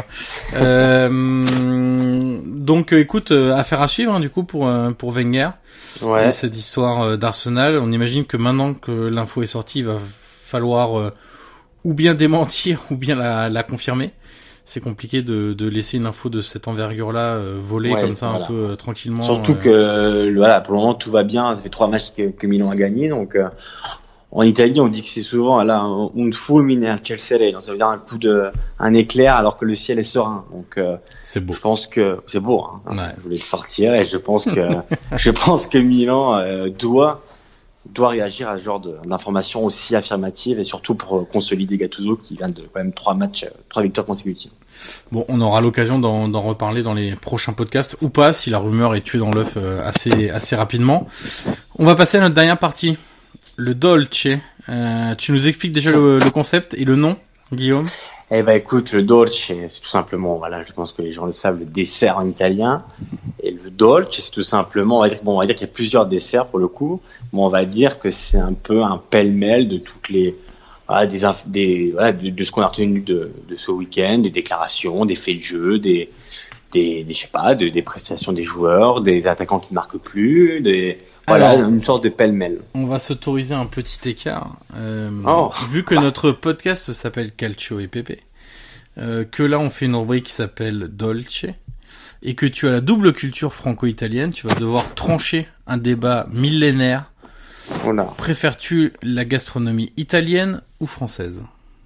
Donc écoute, affaire à suivre du coup pour Wenger. Ouais. Et cette histoire d'Arsenal, on imagine que maintenant que l'info est sortie, il va falloir ou bien démentir ou bien la confirmer. C'est compliqué de laisser une info de cette envergure-là voler comme ça un peu tranquillement. Surtout que pour le moment tout va bien. Ça fait 3 matchs que Milan a gagné, donc en Italie on dit que c'est souvent un fulmine al ciel sereno, donc ça veut dire un éclair alors que le ciel est serein. Donc c'est beau. Je pense que c'est beau. Hein. Ouais. Je voulais le sortir et je pense que Milan doit réagir à ce genre d'informations aussi affirmatives et surtout pour consolider Gattuso qui vient de quand même 3 victoires consécutives. Bon, on aura l'occasion d'en reparler dans les prochains podcasts ou pas si la rumeur est tuée dans l'œuf assez rapidement. On va passer à notre dernière partie, le dolce. Tu nous expliques déjà le concept et le nom, Guillaume? Eh ben écoute, le dolce, c'est tout simplement, je pense que les gens le savent, le dessert en italien. Et le dolce, c'est tout simplement, on va dire qu'il y a plusieurs desserts pour le coup. Mais on va dire que c'est un peu un pêle-mêle de toutes les, de ce qu'on a retenu de ce week-end, des déclarations, des faits de jeu, des prestations des joueurs, des attaquants qui ne marquent plus, une sorte de pêle-mêle. On va s'autoriser un petit écart. Vu que notre podcast s'appelle Calcio et Pepe, que là on fait une rubrique qui s'appelle Dolce, et que tu as la double culture franco-italienne, tu vas devoir trancher un débat millénaire. Voilà. Préfères-tu la gastronomie italienne ou française?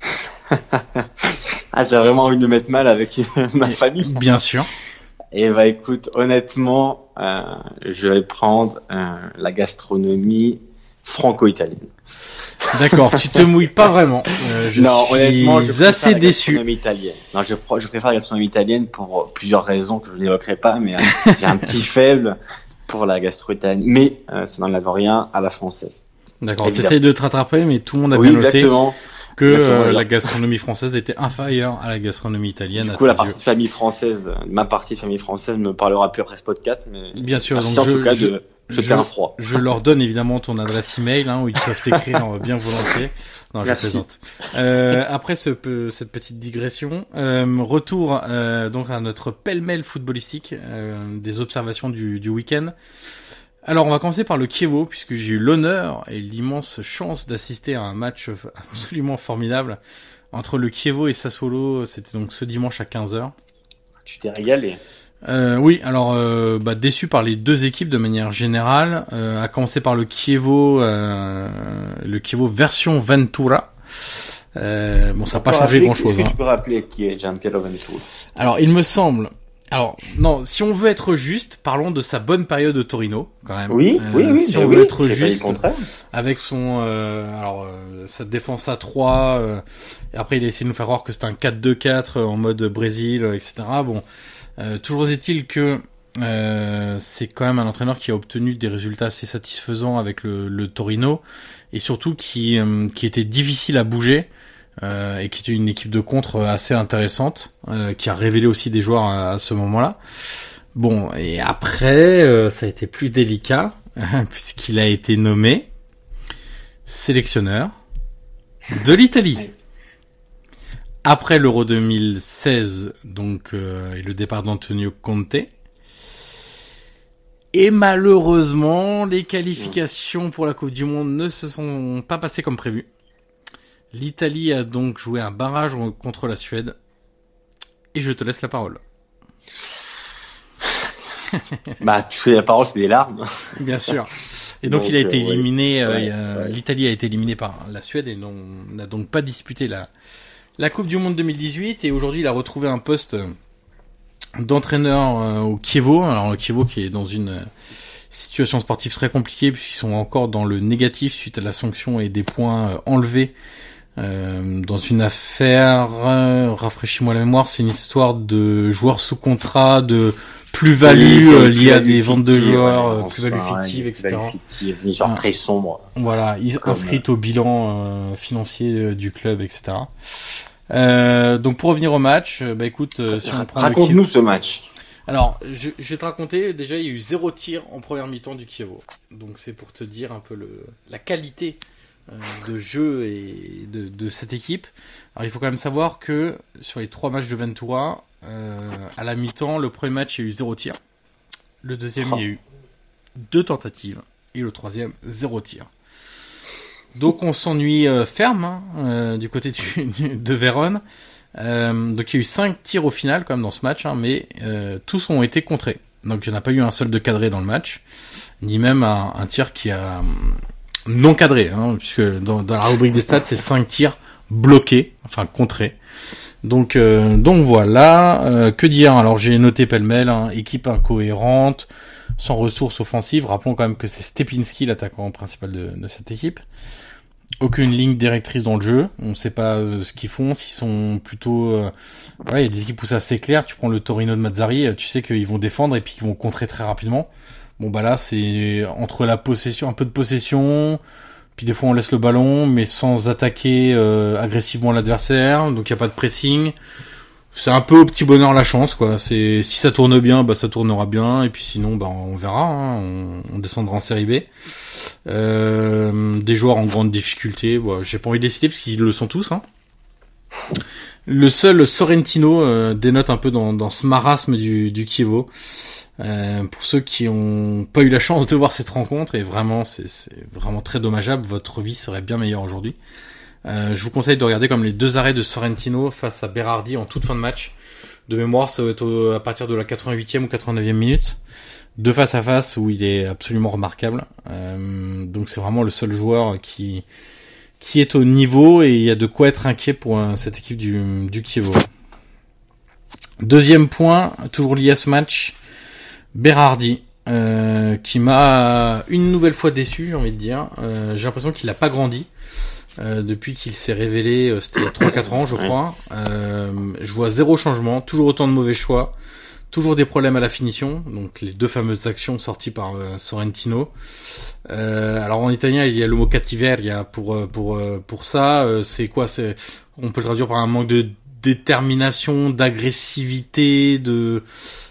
T'as vraiment envie de me mettre mal avec ma famille? Bien sûr. Et écoute, honnêtement, je vais prendre la gastronomie franco-italienne. D'accord, tu te mouilles pas vraiment. Honnêtement, je assez déçu. Italienne. Non, je préfère la gastronomie italienne pour plusieurs raisons que je n'évoquerai pas, mais j'ai un petit faible pour la gastro italienne. Mais ça n'enlève rien à la française. D'accord, t'essayes de te rattraper, mais tout le monde a bien noté. Exactement. La gastronomie française était inférieure à la gastronomie italienne. Du coup, ma partie de famille française me parlera plus après ce podcast, mais bien sûr. Merci donc en tout cas de jeter un froid. Je leur donne évidemment ton adresse email, où ils peuvent t'écrire bien volontiers. Non, je plaisante. Après cette petite digression, retour donc à notre pêle-mêle footballistique, des observations du week-end. Alors, on va commencer par le Chievo, puisque j'ai eu l'honneur et l'immense chance d'assister à un match absolument formidable entre le Chievo et Sassuolo. C'était donc ce dimanche à 15h. Tu t'es régalé? Oui, alors déçu par les deux équipes de manière générale, à commencer par le Chievo version Ventura. Ça n'a pas changé grand-chose. Est-ce que tu peux rappeler qui est Gianpiero Ventura? Alors, il me semble... Alors, non, si on veut être juste, parlons de sa bonne période de Torino, quand même. Oui. Si on veut être juste, avec son, sa défense à 3, et après il a essayé de nous faire croire que c'était un 4-2-4 en mode Brésil, etc. Bon, toujours est-il que c'est quand même un entraîneur qui a obtenu des résultats assez satisfaisants avec le Torino, et surtout qui était difficile à bouger, et qui était une équipe de contre assez intéressante, qui a révélé aussi des joueurs à ce moment-là. Bon, et après, ça a été plus délicat, puisqu'il a été nommé sélectionneur de l'Italie. Après l'Euro 2016, donc, et le départ d'Antonio Conte. Et malheureusement, les qualifications pour la Coupe du Monde ne se sont pas passées comme prévu. L'Italie a donc joué un barrage contre la Suède. Et je te laisse la parole. Bah, tu fais la parole, c'est des larmes. Bien sûr. Et donc il a été éliminé, l'Italie a été éliminée par la Suède et n'a donc pas disputé la Coupe du Monde 2018, et aujourd'hui il a retrouvé un poste d'entraîneur au Chievo. Alors le Chievo qui est dans une situation sportive très compliquée puisqu'ils sont encore dans le négatif suite à la sanction et des points enlevés dans une affaire, rafraîchis-moi la mémoire, c'est une histoire de joueurs sous contrat, de plus-value liée à des ventes de joueurs, plus-value fictive, etc. Des joueurs très sombres. Voilà, inscrite au bilan financier du club, etc. Donc pour revenir au match, bah écoute, si on prend raconte-nous ce match. Alors, je vais te raconter, déjà il y a eu 0 tir en première mi-temps du Chievo. Donc c'est pour te dire un peu la qualité de jeu et de cette équipe. Alors il faut quand même savoir que sur les 3 matchs de Ventura, à la mi-temps, le premier match il y a eu 0 tir. Le deuxième il y a eu 2 tentatives. Et le troisième, 0 tir. Donc on s'ennuie ferme du côté de Vérone. Donc il y a eu 5 tirs au final quand même dans ce match, mais tous ont été contrés. Donc il n'y en a pas eu un seul de cadré dans le match, ni même un tir qui a non cadré, puisque dans la rubrique des stats c'est 5 tirs bloqués, enfin contrés. Donc voilà, que dire. Alors j'ai noté pêle-mêle, équipe incohérente, sans ressources offensives. Rappelons quand même que c'est Stepinski l'attaquant principal de cette équipe. Aucune ligne directrice dans le jeu, on ne sait pas ce qu'ils font, s'ils sont plutôt... il y a des équipes où c'est assez clair, tu prends le Torino de Mazzarri, tu sais qu'ils vont défendre et puis qu'ils vont contrer très rapidement. Bon bah là c'est entre la possession, un peu de possession, puis des fois on laisse le ballon, mais sans attaquer agressivement l'adversaire, donc il n'y a pas de pressing. C'est un peu au petit bonheur la chance, quoi. Si ça tourne bien, bah ça tournera bien, et puis sinon bah on verra, on descendra en série B. Des joueurs en grande difficulté, j'ai pas envie de décider parce qu'ils le sont tous. Le seul Sorrentino dénote un peu dans ce marasme du Chievo. Pour ceux qui ont pas eu la chance de voir cette rencontre, et vraiment c'est vraiment très dommageable, votre vie serait bien meilleure aujourd'hui. Je vous conseille de regarder comme les 2 arrêts de Sorrentino face à Berardi en toute fin de match. De mémoire, ça va être à partir de la 88e ou 89e minute. 2 face à face où il est absolument remarquable. Donc c'est vraiment le seul joueur qui est au niveau, et il y a de quoi être inquiet pour cette équipe du Chievo. Deuxième point, toujours lié à ce match, Berardi, qui m'a une nouvelle fois déçu, j'ai envie de dire. J'ai l'impression qu'il n'a pas grandi depuis qu'il s'est révélé, c'était il y a 3-4 ans je crois. Je vois 0 changement, toujours autant de mauvais choix, toujours des problèmes à la finition, donc les 2 fameuses actions sorties par Sorrentino. Alors en italien il y a le mot cattiveria pour ça, c'est quoi, on peut le traduire par un manque de détermination, d'agressivité, dans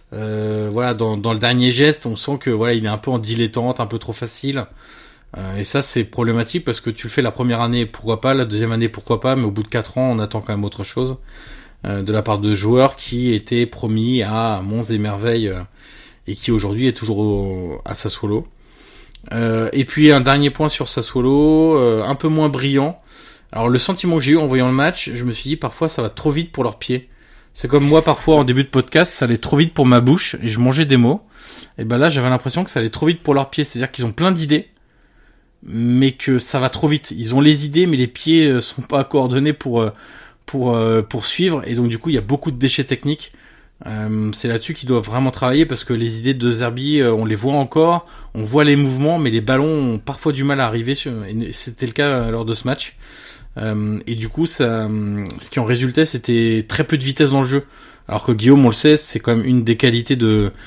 le dernier geste, on sent que il est un peu en dilettante, un peu trop facile. Et ça c'est problématique parce que tu le fais la première année, pourquoi pas, la deuxième année pourquoi pas, mais au bout de 4 ans on attend quand même autre chose de la part de joueurs qui étaient promis à monts et merveilles et qui aujourd'hui est toujours à Sassuolo. Et puis un dernier point sur Sassuolo, un peu moins brillant. Alors le sentiment que j'ai eu en voyant le match, je me suis dit parfois ça va trop vite pour leurs pieds. C'est comme moi parfois en début de podcast, ça allait trop vite pour ma bouche et je mangeais des mots. Et ben là j'avais l'impression que ça allait trop vite pour leurs pieds, c'est-à-dire qu'ils ont plein d'idées, mais que ça va trop vite. Ils ont les idées, mais les pieds sont pas coordonnés pour suivre, et donc du coup il y a beaucoup de déchets techniques. C'est là-dessus qu'ils doivent vraiment travailler, parce que les idées de De Zerbi, on les voit encore, on voit les mouvements, mais les ballons ont parfois du mal à arriver et c'était le cas lors de ce match. Et du coup ce qui en résultait, c'était très peu de vitesse dans le jeu, alors que Guillaume, on le sait, c'est quand même une des qualités de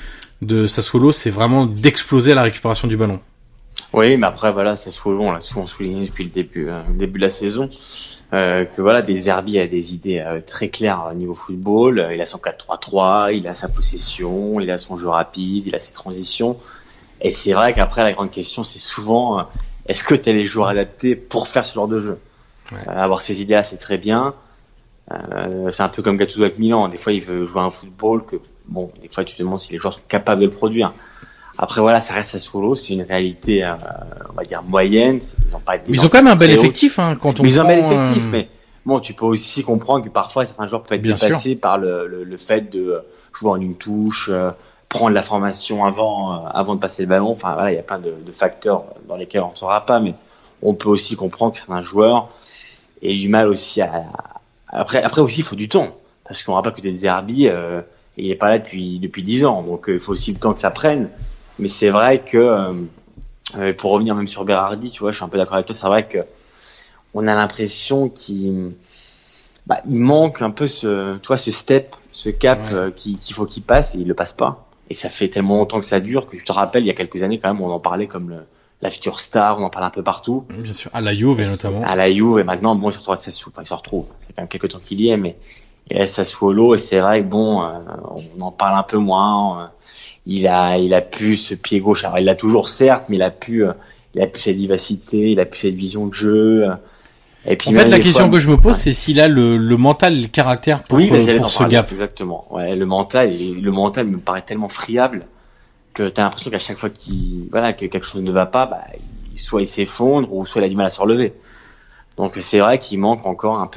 de Sassuolo, c'est vraiment d'exploser à la récupération du ballon. Oui, mais après voilà, Sassuolo, on l'a souvent souligné depuis le début de la saison, que voilà, De Zerbi a des idées très claires au niveau football. Il a son 4-3-3, il a sa possession, il a son jeu rapide, il a ses transitions. Et c'est vrai qu'après la grande question, c'est souvent est-ce que tu as les joueurs adaptés pour faire ce genre de jeu? Avoir ces idées-là, c'est très bien. C'est un peu comme Gattuso avec Milan. Des fois, il veut jouer un football que bon, des fois tu te demandes si les joueurs sont capables de le produire. Après voilà, ça reste Sassuolo, c'est une réalité, on va dire moyenne. Ils ont quand même un bel effectif, hein, quand on. Ils ont un bel effectif, mais bon, tu peux aussi comprendre que parfois certains joueurs peuvent être dépassés par le fait de jouer en une touche, prendre la formation avant de passer le ballon. Enfin voilà, il y a plein de facteurs dans lesquels on ne saura pas, mais on peut aussi comprendre que certains joueurs aient du mal aussi Après aussi, il faut du temps, parce qu'on n'aura pas que des Zerbi, il est pas là depuis 10 ans, donc il faut aussi le temps que ça prenne. Mais c'est vrai que pour revenir même sur Berardi, tu vois, je suis un peu d'accord avec toi. C'est vrai que on a l'impression qu'il manque un peu ce step, ce cap qu'il faut qu'il passe, et il le passe pas. Et ça fait tellement longtemps que ça dure que tu te rappelles, il y a quelques années quand même, on en parlait comme la future star, on en parle un peu partout. Bien sûr, à la Juve notamment. À la Juve, et maintenant bon, il se retrouve. C'est quand même quelques temps qu'il y est, mais il reste à Sassuolo, et c'est vrai que bon, on en parle un peu moins. Il a pu ce pied gauche, alors il l'a toujours certes, mais il a pu cette vivacité, il a pu cette vision de jeu. Et puis en fait, la question que je me pose, c'est s'il a le mental et le caractère pour ce gap. Exactement. Ouais, le mental me paraît tellement friable que t'as l'impression qu'à chaque fois que quelque chose ne va pas, soit il s'effondre ou soit il a du mal à se relever. Donc c'est vrai qu'il manque encore un peu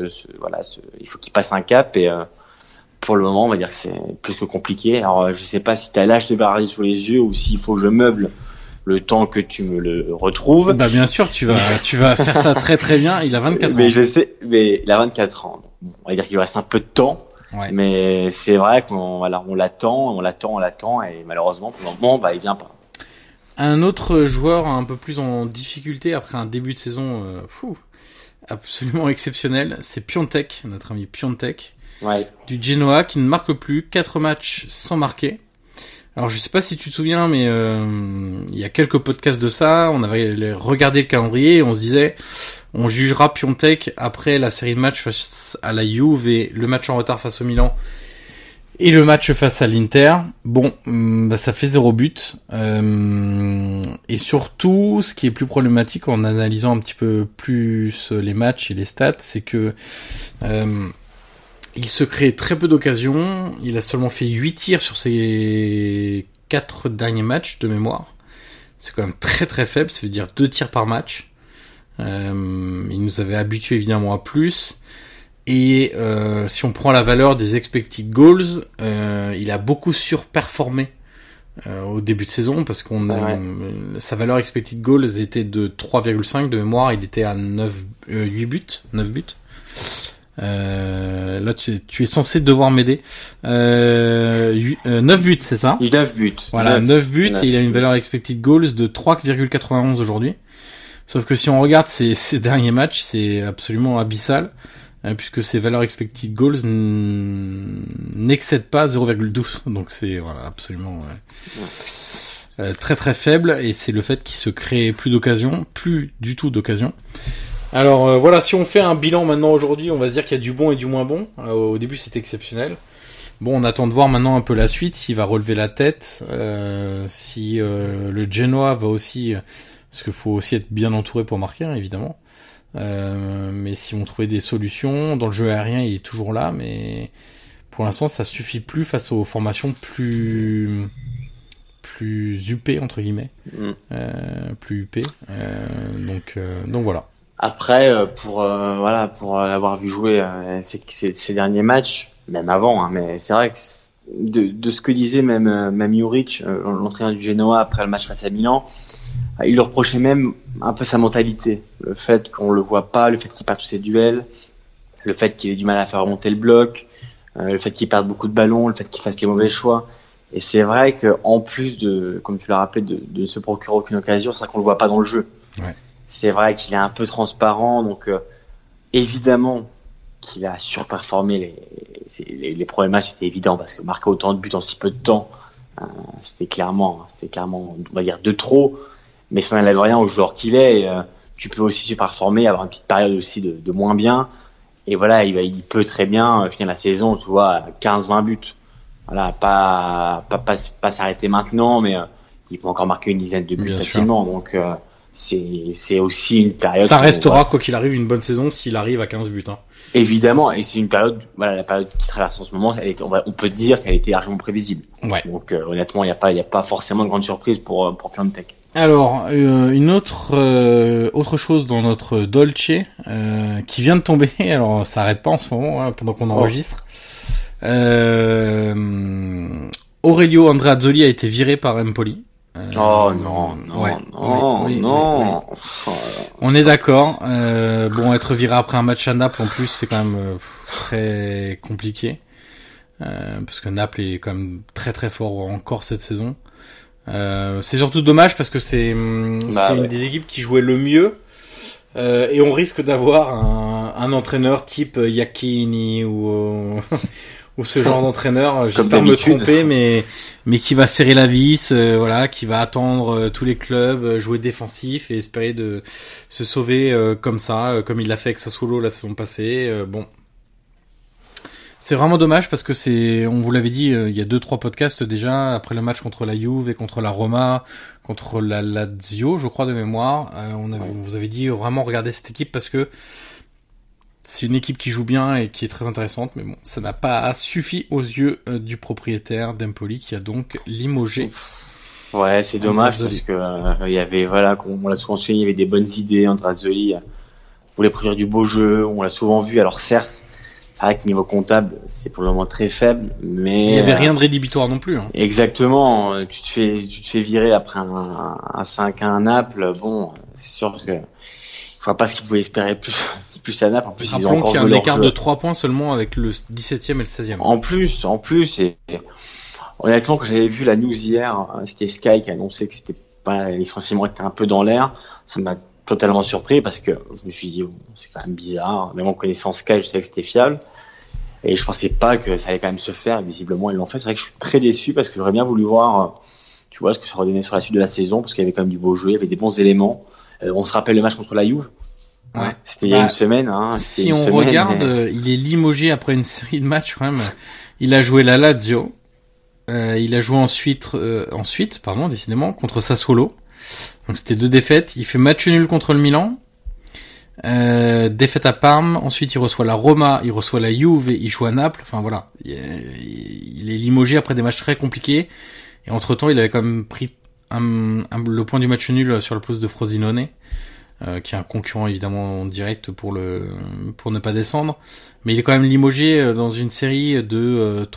il faut qu'il passe un cap, et pour le moment, on va dire que c'est plus que compliqué. Alors, je sais pas si tu as l'âge de Berardi sous les yeux ou s'il faut que je meuble le temps que tu me le retrouves. Bien sûr, tu vas faire ça très très bien. Il a 24 ans. Mais je sais, mais il a 24 ans. Donc, on va dire qu'il lui reste un peu de temps. Ouais. Mais c'est vrai qu'on l'attend, et malheureusement, pour le moment, il vient pas. Un autre joueur un peu plus en difficulté après un début de saison, absolument exceptionnel, c'est Piontek, notre ami Piontek. Ouais. Du Genoa, qui ne marque plus, 4 matchs sans marquer. Alors je sais pas si tu te souviens, mais il y a quelques podcasts de ça, on avait regardé le calendrier et on se disait on jugera Piontek après la série de matchs face à la Juve et le match en retard face au Milan et le match face à l'Inter. Bon, ça fait 0 but. Et surtout, ce qui est plus problématique en analysant un petit peu plus les matchs et les stats, c'est que il se crée très peu d'occasions. Il a seulement fait 8 tirs sur ses 4 derniers matchs de mémoire. C'est quand même très très faible. Ça veut dire 2 tirs par match. Il nous avait habitués évidemment à plus. Et si on prend la valeur des expected goals, il a beaucoup surperformé au début de saison, parce sa valeur expected goals était de 3,5 de mémoire. Il était à 9 buts. Là, tu es censé devoir m'aider. 9 buts, c'est ça? 9 buts. Voilà, 9 buts, et il a une valeur expected goals de 3,91 aujourd'hui. Sauf que si on regarde ses derniers matchs, c'est absolument abyssal, puisque ses valeurs expected goals n'excèdent pas 0,12. Donc c'est absolument très très faible, et c'est le fait qu'il se crée plus du tout d'occasions. Alors voilà, si on fait un bilan maintenant aujourd'hui, on va se dire qu'il y a du bon et du moins bon. Au début, c'était exceptionnel. Bon, on attend de voir maintenant un peu la suite, s'il va relever la tête, si le Genoa va aussi, parce qu'il faut aussi être bien entouré pour marquer, hein, évidemment. Mais si on trouvait des solutions, dans le jeu aérien, il est toujours là, mais pour l'instant, ça suffit plus face aux formations plus huppées, entre guillemets, plus huppées. Donc voilà. Après, pour l'avoir vu jouer ces derniers matchs, même avant, hein, mais c'est vrai que de ce que disait même Juric, l'entraîneur du Genoa, après le match face à Milan, il lui reprochait même un peu sa mentalité, le fait qu'on le voit pas, le fait qu'il perd tous ses duels, le fait qu'il ait du mal à faire remonter le bloc, le fait qu'il perde beaucoup de ballons, le fait qu'il fasse les mauvais choix. Et c'est vrai que en plus de, comme tu l'as rappelé, de se procurer aucune occasion, c'est vrai qu'on le voit pas dans le jeu. Ouais. C'est vrai qu'il est un peu transparent, donc évidemment qu'il a surperformé les premiers matchs, c'était évident, parce que marquer autant de buts en si peu de temps, C'était clairement, on va dire de trop, mais ça n'enlève rien au joueur qu'il est. Et, tu peux aussi se performer, avoir une petite période aussi de moins bien. Et voilà, il peut très bien finir la saison, tu vois, à 15-20 buts. Voilà, pas s'arrêter maintenant, mais il peut encore marquer une dizaine de buts bien facilement. sûr. Donc c'est aussi une période. Ça restera quoi qu'il arrive une bonne saison s'il arrive à 15 buts. Hein. Évidemment, et c'est une période, voilà, la période qui traverse en ce moment, on peut dire qu'elle était largement prévisible. Ouais. Donc honnêtement, il y a pas forcément de grande surprise pour Piontek. Alors une autre chose dans notre Dolce qui vient de tomber. Alors ça arrête pas en ce moment hein, pendant qu'on enregistre. Aurelio Andreazzoli a été viré par Empoli. Non. On est d'accord. Bon, être viré après un match à Naples en plus, c'est quand même très compliqué parce que Naples est quand même très très fort encore cette saison. C'est surtout dommage parce que c'était une des équipes qui jouait le mieux et on risque d'avoir un entraîneur type Iachini ou ce genre d'entraîneur, j'espère me tromper, mais qui va serrer la vis, voilà, qui va attendre tous les clubs, jouer défensif et espérer de se sauver comme ça, comme il l'a fait avec Sassuolo la saison passée. Bon, c'est vraiment dommage parce que on vous l'avait dit, il y a 2-3 podcasts déjà après le match contre la Juve et contre la Roma, contre la Lazio, je crois de mémoire. On vous avait dit vraiment regardez cette équipe parce que c'est une équipe qui joue bien et qui est très intéressante, mais bon, ça n'a pas suffi aux yeux du propriétaire d'Empoli qui a donc limogé. Ouais, c'est dommage parce que il y avait, voilà, on l'a souvent souligné, il y avait des bonnes idées. Andreazzoli voulait produire du beau jeu, on l'a souvent vu. Alors certes, c'est vrai que niveau comptable, c'est pour le moment très faible, mais il y avait rien de rédhibitoire non plus. Hein. Exactement, tu te fais virer après un 5-1 à Naples. Bon, c'est sûr que je vois pas ce qu'ils pouvaient espérer plus à Naples. En plus, ils ont encore qu'il y a un écart de 3 points seulement avec le 17e et le 16e. En plus, et honnêtement, quand j'avais vu la news hier, c'était Sky qui annonçait que c'était pas, les licenciements étaient un peu dans l'air. Ça m'a totalement surpris parce que je me suis dit, c'est quand même bizarre. Même en connaissant Sky, je savais que c'était fiable. Et je pensais pas que ça allait quand même se faire. Et visiblement, ils l'ont fait. C'est vrai que je suis très déçu parce que j'aurais bien voulu voir, tu vois, ce que ça aurait donné sur la suite de la saison parce qu'il y avait quand même du beau jeu, il y avait des bons éléments. On se rappelle le match contre la Juve. Ouais. C'était il y a une semaine. Hein, si on regarde, il est limogé après une série de matchs quand même. Il a joué la Lazio. Il a joué ensuite, décidément, contre Sassuolo. Donc c'était 2 défaites. Il fait match nul contre le Milan. Défaite à Parme. Ensuite, il reçoit la Roma, il reçoit la Juve et il joue à Naples. Enfin voilà. Il est limogé après des matchs très compliqués. Et entre-temps, il avait quand même pris le point du match nul sur le poste de Frosinone. Qui est un concurrent évidemment direct pour ne pas descendre, mais il est quand même limogé dans une série de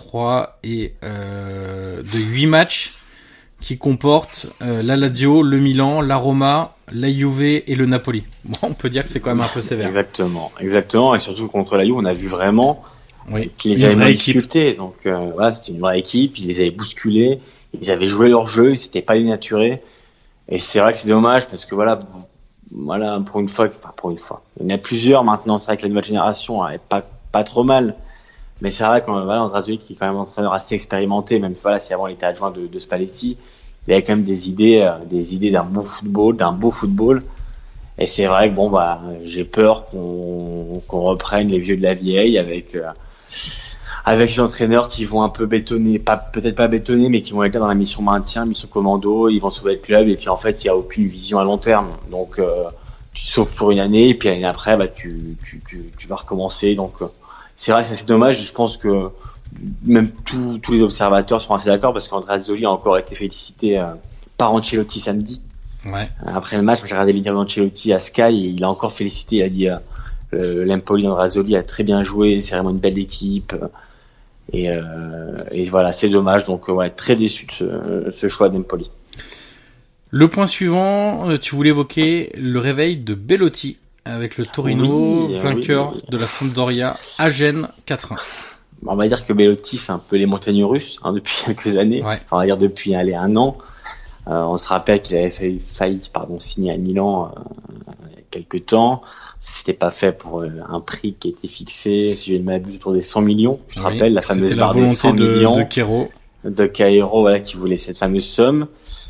8 matchs qui comportent la Lazio, le Milan, la Roma, la Juve et le Napoli. Bon, on peut dire que c'est quand même un peu sévère. Exactement, et surtout contre la Juve, on a vu vraiment qu'ils les avaient mis en difficulté. Donc voilà, c'était une vraie équipe, ils les avaient bousculés, ils avaient joué leur jeu, ils s'étaient pas dénaturés. Et c'est vrai que c'est dommage parce que voilà, pour une fois. Il y en a plusieurs maintenant. C'est vrai que la nouvelle génération est pas trop mal. Mais c'est vrai qu'on Andreazzoli qui est quand même un entraîneur assez expérimenté, même si avant il était adjoint de Spalletti, il avait quand même des idées d'un beau football. Et c'est vrai que j'ai peur qu'on reprenne les vieux de la vieille avec les entraîneurs qui vont un peu bétonner, peut-être pas bétonner, mais qui vont être là dans la mission maintien, mission commando, ils vont sauver le club, et puis en fait, il y a aucune vision à long terme. Donc, tu sauves pour une année, et puis l'année après, tu vas recommencer. Donc, c'est vrai que c'est assez dommage. Je pense que même tous les observateurs sont assez d'accord, parce qu'Andreazzoli a encore été félicité par Ancelotti samedi. Ouais. Après le match, j'ai regardé l'interview d'Ancelotti à Sky, et il a encore félicité, il a dit l'Empoli d'Andreazzoli a très bien joué, c'est vraiment une belle équipe. Et voilà, c'est dommage. Donc très déçu de ce choix d'Empoli. Le point suivant, tu voulais évoquer le réveil de Belotti avec le Torino, vainqueur de la Sampdoria à Gênes 4-1. On va dire que Belotti, c'est un peu les montagnes russes depuis quelques années. Ouais. Enfin, on va dire depuis 1 an. On se rappelle qu'il avait failli signer à Milan il y a quelques temps. C'était pas fait pour un prix qui était fixé, si je ne m'abuse, autour des 100 millions. Je te rappelle la fameuse barre des 100 millions. De Quero. de Cairo, voilà, qui voulait cette fameuse somme.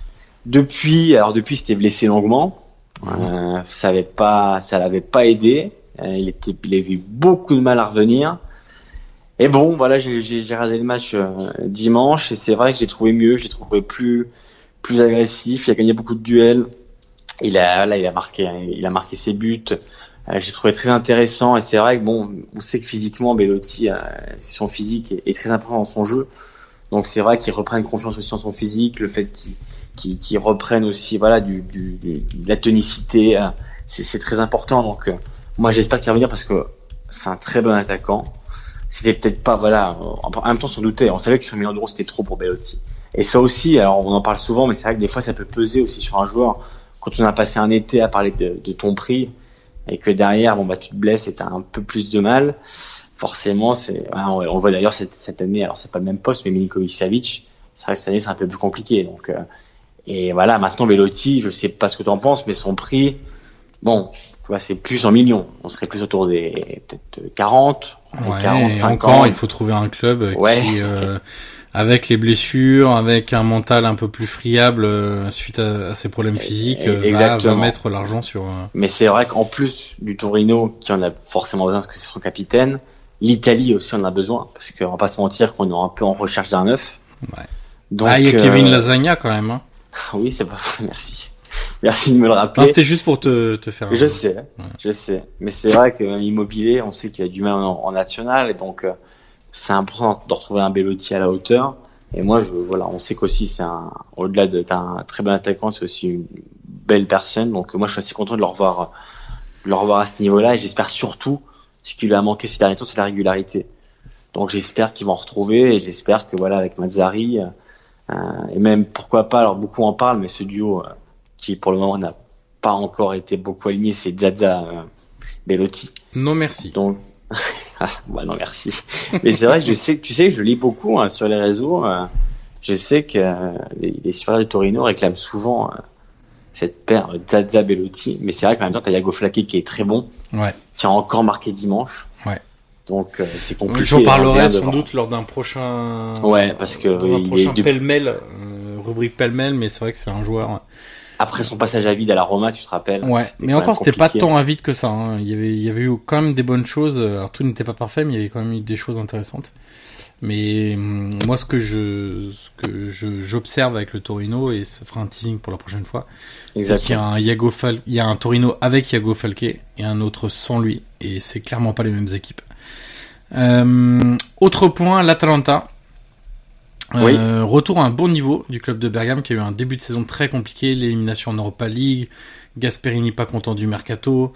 Depuis, c'était blessé longuement. Ça l'avait pas aidé. Il avait eu beaucoup de mal à revenir. Et bon, voilà, j'ai regardé le match dimanche et c'est vrai que j'ai trouvé mieux, j'ai trouvé plus agressif. Il a gagné beaucoup de duels. Il a marqué ses buts. J'ai trouvé très intéressant et c'est vrai que bon, on sait que physiquement, Belotti, son physique est très important dans son jeu. Donc c'est vrai qu'il reprenne confiance aussi en son physique, le fait qu'il reprenne aussi, voilà, de la tonicité, c'est très important. Donc moi j'espère qu'il va revenir parce que c'est un très bon attaquant. C'était peut-être pas, voilà, en même temps on s'en doutait, on savait que 100 millions d'euros c'était trop pour Belotti. Et ça aussi, alors on en parle souvent, mais c'est vrai que des fois ça peut peser aussi sur un joueur. Quand on a passé un été à parler de ton prix et que derrière, bon bah tu te blesses et t'as un peu plus de mal, forcément on voit d'ailleurs cette année, alors c'est pas le même poste, mais Milinkovic-Savic, c'est vrai que cette année c'est un peu plus compliqué. Donc et voilà, maintenant Belotti, je sais pas ce que tu en penses, mais son prix, bon, tu vois, c'est plus en millions. On serait plus autour des peut-être 40, 40, 50. Il faut trouver un club qui, avec les blessures, avec un mental un peu plus friable suite à ses problèmes physiques, va mettre l'argent sur. Mais c'est vrai qu'en plus du Torino, qui en a forcément besoin parce que c'est son capitaine, l'Italie aussi en a besoin parce qu'on va pas se mentir qu'on est un peu en recherche d'un neuf. Ouais. Donc, il y a Kevin Lasagna quand même. Hein. Oui, c'est pas. Merci de me le rappeler. Non, c'était juste pour te faire. Je sais. Mais c'est vrai que Immobilier, on sait qu'il y a du mal en national et donc c'est important de retrouver un Belotti à la hauteur. Et moi, on sait qu'aussi au-delà d'être un très bon attaquant, c'est aussi une belle personne. Donc moi, je suis assez content de le revoir à ce niveau-là. Et j'espère surtout, ce qui lui a manqué ces derniers temps, c'est la régularité. Donc j'espère qu'ils vont retrouver et j'espère que voilà, avec Mazzarri et même pourquoi pas. Alors beaucoup en parlent, mais ce duo qui pour le moment n'a pas encore été beaucoup aligné, c'est Zaza Belotti. Non merci. Donc non merci. Mais c'est vrai que tu sais que je lis beaucoup sur les réseaux. Je sais que les supporters de Torino réclament souvent cette paire Zaza Belotti, mais c'est vrai qu'en même temps t'as Iago Falqué qui est très bon, qui a encore marqué dimanche. Ouais. Donc c'est compliqué. J'en parlerai sans doute lors d'un prochain. Ouais, parce que dans un prochain pêle-mêle, rubrique pêle-mêle, mais c'est vrai que c'est un joueur. Après son passage à vide à la Roma, tu te rappelles? Ouais, mais encore c'était pas tant à vide que ça. Hein. Il y avait eu quand même des bonnes choses. Alors tout n'était pas parfait, mais il y avait quand même eu des choses intéressantes. Mais moi, ce que j'observe avec le Torino, et ça fera un teasing pour la prochaine fois, c'est qu'il y a un Torino avec Iago Falqué et un autre sans lui, et c'est clairement pas les mêmes équipes. Autre point, l'Atalanta. Retour à un bon niveau du club de Bergame qui a eu un début de saison très compliqué, l'élimination en Europa League, Gasperini pas content du mercato,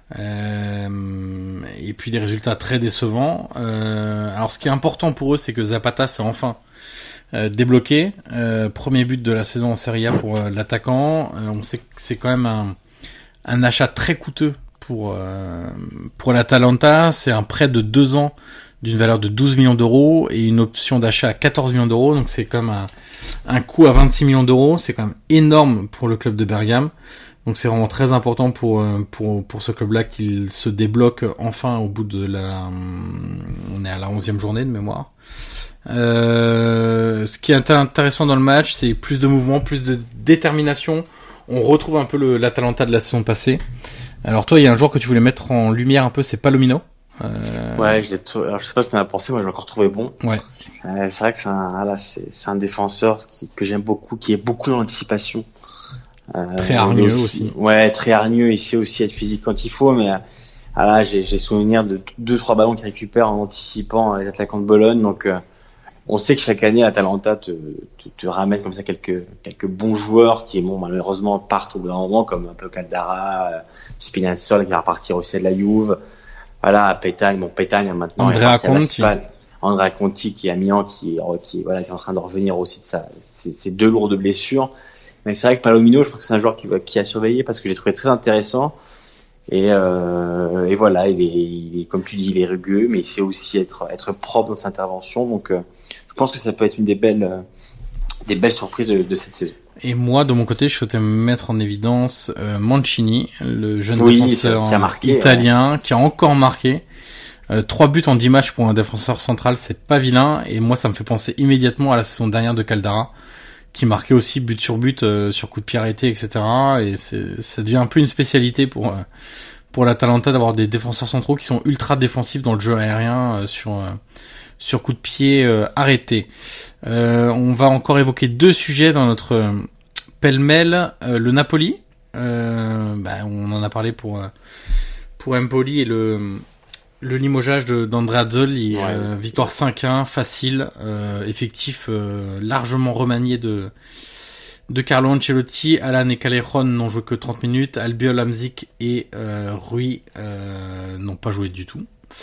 et puis des résultats très décevants. Alors ce qui est important pour eux, c'est que Zapata s'est enfin débloqué. Premier but de la saison en Serie A pour l'attaquant. On sait que c'est quand même un achat très coûteux pour l'Atalanta. C'est un prêt de 2 ans d'une valeur de 12 millions d'euros et une option d'achat à 14 millions d'euros. Donc c'est comme un coût à 26 millions d'euros. C'est quand même énorme pour le club de Bergame. Donc c'est vraiment très important pour ce club-là qu'il se débloque enfin au bout de on est à la 11e journée de mémoire. Ce qui est intéressant dans le match, c'est plus de mouvement, plus de détermination. On retrouve un peu l'Atalanta de la saison passée. Alors toi, il y a un joueur que tu voulais mettre en lumière un peu, c'est Palomino. Ouais, alors je sais pas ce qu'on a pensé, moi je l'ai encore trouvé bon. Ouais. C'est vrai que c'est un défenseur que j'aime beaucoup, qui est beaucoup dans l'anticipation. Très hargneux aussi. Ouais, très hargneux, il sait aussi être physique quand il faut, mais j'ai souvenir de 2-3 ballons qu'il récupère en anticipant les attaquants de Bologne, donc on sait que chaque année Atalanta te ramène comme ça quelques bons joueurs qui malheureusement partent au bout d'un moment, comme un peu Caldara, Spinazzola qui va repartir aussi de la Juve. Voilà, Pétagne maintenant. Andrea Conti qui est à Milan, qui est en train de revenir aussi de ces 2 lourdes blessures. Mais c'est vrai que Palomino, je pense que c'est un joueur qui a surveillé parce que j'ai trouvé très intéressant. Et voilà, il est, comme tu dis, il est rugueux, mais il sait aussi être propre dans ses interventions. Donc, je pense que ça peut être une des belles surprises de cette saison. Et moi, de mon côté, je souhaitais mettre en évidence Mancini, le jeune défenseur italien qui a encore marqué. 3 buts en 10 matchs pour un défenseur central, c'est pas vilain, et moi ça me fait penser immédiatement à la saison dernière de Caldara, qui marquait aussi but sur coup de pied arrêté, etc. Et ça devient un peu une spécialité pour l'Atalanta d'avoir des défenseurs centraux qui sont ultra défensifs dans le jeu aérien sur coup de pied arrêté. On va encore évoquer 2 sujets dans notre pêle-mêle. Le Napoli, on en a parlé pour Empoli, et le limogeage d'Andrea Zoli, victoire 5-1, facile, effectif largement remanié de Carlo Ancelotti. Alan et Callejon n'ont joué que 30 minutes, Albiol, Hamsik et Rui n'ont pas joué du tout.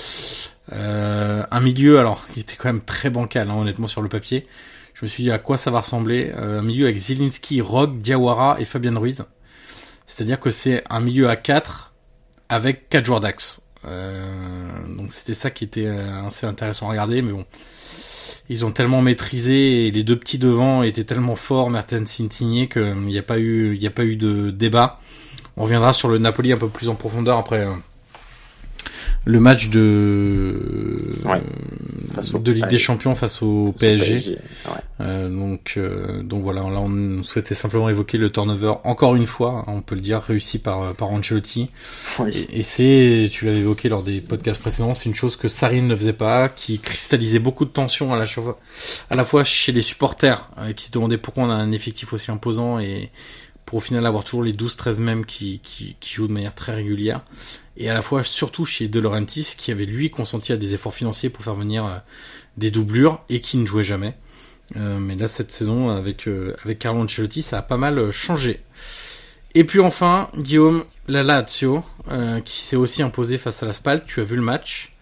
Un milieu, alors, qui était quand même très bancal, honnêtement, sur le papier. Je me suis dit à quoi ça va ressembler. Un milieu avec Zielinski, Roque, Diawara et Fabian Ruiz. C'est-à-dire que c'est un milieu à 4 avec 4 joueurs d'axe. Donc c'était ça qui était assez intéressant à regarder, mais bon, ils ont tellement maîtrisé, et les 2 petits devant étaient tellement forts, Mertens, Insigne, qu'il n'y a pas eu de débat. On reviendra sur le Napoli un peu plus en profondeur après le match de Ligue des Champions face au PSG. Donc voilà, là on souhaitait simplement évoquer le turnover, encore une fois, on peut le dire, réussi par Ancelotti. Oui. Et c'est, tu l'avais évoqué lors des podcasts précédents, c'est une chose que Sarri ne faisait pas, qui cristallisait beaucoup de tension à la fois chez les supporters, qui se demandaient pourquoi on a un effectif aussi imposant, et pour au final avoir toujours les 12-13 mêmes qui jouent de manière très régulière, et à la fois surtout chez De Laurentiis, qui avait lui consenti à des efforts financiers pour faire venir des doublures et qui ne jouait jamais. Mais là, cette saison, avec Carlo Ancelotti, ça a pas mal changé. Et puis enfin, Guillaume, la Lazio, qui s'est aussi imposée face à la Spal. Tu as vu le match.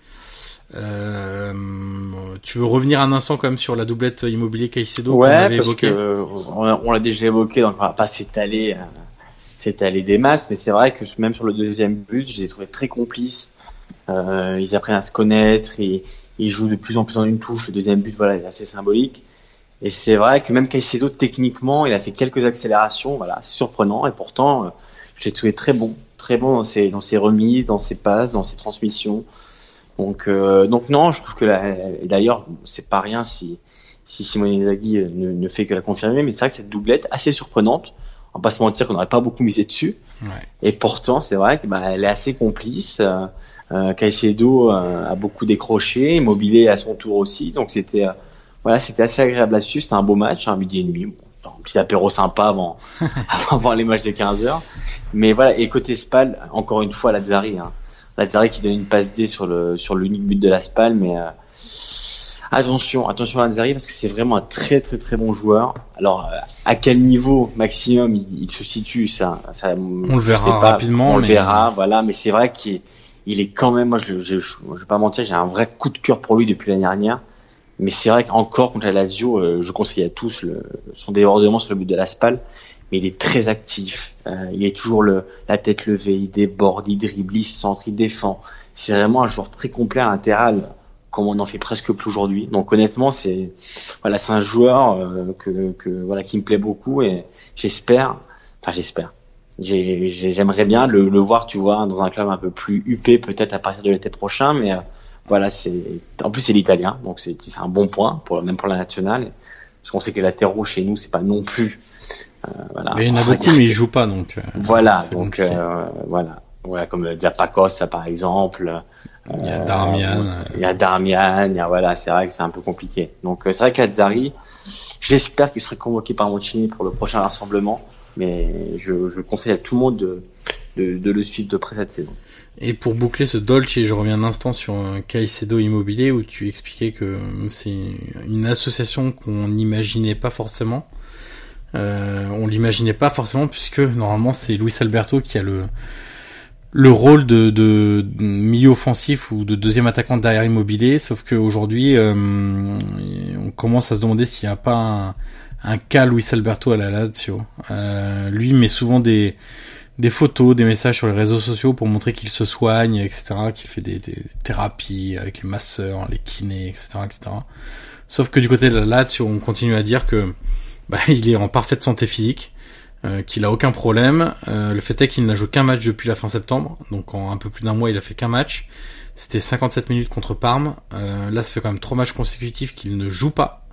Tu veux revenir un instant quand même sur la doublette Immobilier Caicedo qu'on avait évoqué? On l'a déjà évoqué, donc on va pas s'étaler des masses, mais c'est vrai que même sur le deuxième but, je les ai trouvés très complices. Ils apprennent à se connaître, ils jouent de plus en plus en une touche. Le deuxième but, voilà, est assez symbolique. Et c'est vrai que même Caicedo, techniquement, il a fait quelques accélérations, voilà, c'est surprenant. Et pourtant, je l'ai trouvé très bon dans ses remises, dans ses passes, dans ses transmissions. Donc non, je trouve que d'ailleurs, c'est pas rien si Simone Inzaghi ne fait que la confirmer, mais c'est vrai que cette doublette assez surprenante. On va pas se mentir qu'on n'aurait pas beaucoup misé dessus. Ouais. Et pourtant, c'est vrai que elle est assez complice. Caicedo a beaucoup décroché, Immobilier à son tour aussi. Donc c'était assez agréable à suivre. C'était un beau match, un midi et demi. Bon, un petit apéro sympa avant les matchs de 15h. Mais voilà, et côté Spal, encore une fois, Lazzari. Lazzari qui donne une passe D sur l'unique but de la Spal, mais attention à Lazzari, parce que c'est vraiment un très très très bon joueur. Alors à quel niveau maximum il se situe, ça on le verra rapidement. On le verra, voilà. Mais c'est vrai qu'il est quand même, moi je vais pas mentir, j'ai un vrai coup de cœur pour lui depuis l'année dernière. Mais c'est vrai qu'encore contre la Lazio, je conseille à tous son débordement sur le but de la Spal. Mais il est très actif, il est toujours la tête levée, il déborde, il dribble, il centre, il défend. C'est vraiment un joueur très complet à latéral, comme on en fait presque plus aujourd'hui. Donc honnêtement, c'est un joueur qui me plaît beaucoup, et j'aimerais bien le voir, tu vois, dans un club un peu plus huppé, peut-être à partir de l'été prochain, mais en plus c'est l'italien, donc c'est un bon point même pour la nationale, parce qu'on sait que les latéraux chez nous, c'est pas non plus mais il y en a beaucoup, mais ils jouent pas, donc voilà, comme Zapakos, ça par exemple. Il y a Darmian. C'est vrai que c'est un peu compliqué. Donc c'est vrai que Lazzari, j'espère qu'il serait convoqué par Mancini pour le prochain rassemblement, mais je conseille à tout le monde de le suivre de près cette saison. Et pour boucler ce Dolce, je reviens un instant sur Caicedo Immobilier, où tu expliquais que c'est une association qu'on n'imaginait pas forcément. On l'imaginait pas forcément, puisque normalement c'est Luis Alberto qui a le rôle de milieu offensif ou de deuxième attaquant derrière Immobilier, sauf qu'aujourd'hui on commence à se demander s'il n'y a pas un cas Luis Alberto à la Lazio. Lui met souvent des photos, des messages sur les réseaux sociaux pour montrer qu'il se soigne, etc., qu'il fait des thérapies avec les masseurs, les kinés, etc., etc. Sauf que du côté de la Lazio, on continue à dire que il est en parfaite santé physique, qu'il a aucun problème. Le fait est qu'il n'a joué qu'un match depuis la fin septembre, donc en un peu plus d'un mois il a fait qu'un match, C'était 57 minutes contre Parme. Là, ça fait quand même 3 matchs consécutifs qu'il ne joue pas.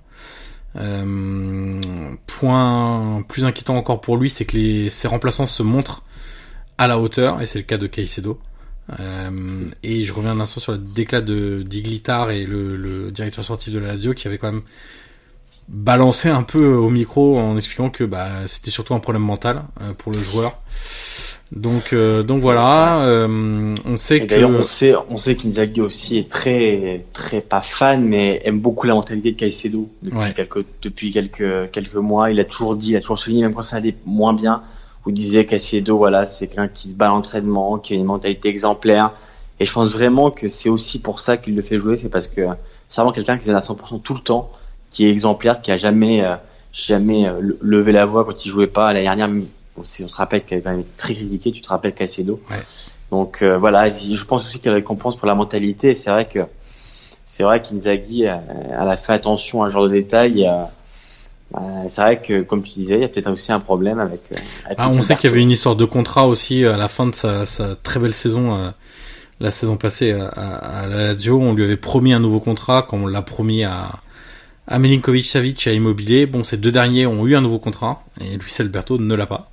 Point plus inquiétant encore pour lui, c'est que ses remplaçants se montrent à la hauteur, et c'est le cas de Caicedo. Et je reviens un instant sur le déclat d'Iglitar et le directeur sportif de la Lazio qui avait quand même balancé un peu au micro en expliquant que c'était surtout un problème mental pour le joueur. Donc voilà, on sait et d'ailleurs on sait qu'Inzaghi aussi est très très pas fan, mais aime beaucoup la mentalité de Caicedo depuis quelques mois. Il a toujours souligné, même quand ça allait moins bien, où il disait Caicedo, voilà, c'est quelqu'un qui se bat à l'entraînement, qui a une mentalité exemplaire. Et je pense vraiment que c'est aussi pour ça qu'il le fait jouer, c'est parce que c'est vraiment quelqu'un qui donne à 100% tout le temps, qui est exemplaire, qui a jamais levé la voix quand il jouait pas. L'année dernière, on se rappelle qu'il avait été très critiqué, tu te rappelles Caicedo. Ouais. Donc voilà, je pense aussi qu'il y a récompense pour la mentalité. Et c'est vrai qu'Inzaghi a fait attention à ce genre de détails. C'est vrai que, comme tu disais, il y a peut-être aussi un problème avec on sait qu'il y avait une histoire de contrat aussi à la fin de sa très belle saison, la saison passée à la Lazio. On lui avait promis un nouveau contrat, comme on l'a promis à Milinkovic-Savic et à Immobile. Bon, ces 2 derniers ont eu un nouveau contrat, et Luis Alberto ne l'a pas.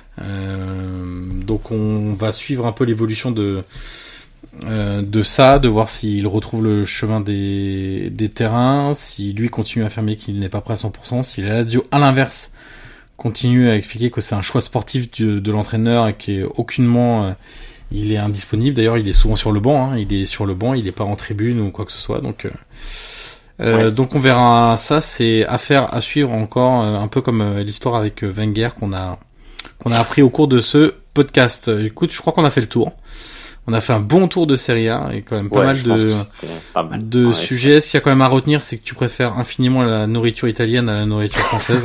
Donc on va suivre un peu l'évolution de ça, de voir s'il retrouve le chemin des terrains, si lui continue à affirmer qu'il n'est pas prêt à 100%, si la Lazio, à l'inverse, continue à expliquer que c'est un choix sportif de l'entraîneur et qu'aucunement il est indisponible. D'ailleurs, il est souvent sur le banc, il est sur le banc, il est pas en tribune ou quoi que ce soit. Donc on verra ça, c'est affaire à suivre encore, un peu comme l'histoire avec Wenger qu'on a appris au cours de ce podcast. Écoute, je crois qu'on a fait le tour. On a fait un bon tour de Serie A et quand même pas mal de sujets. Ce qu'il y a quand même à retenir, c'est que tu préfères infiniment la nourriture italienne à la nourriture française.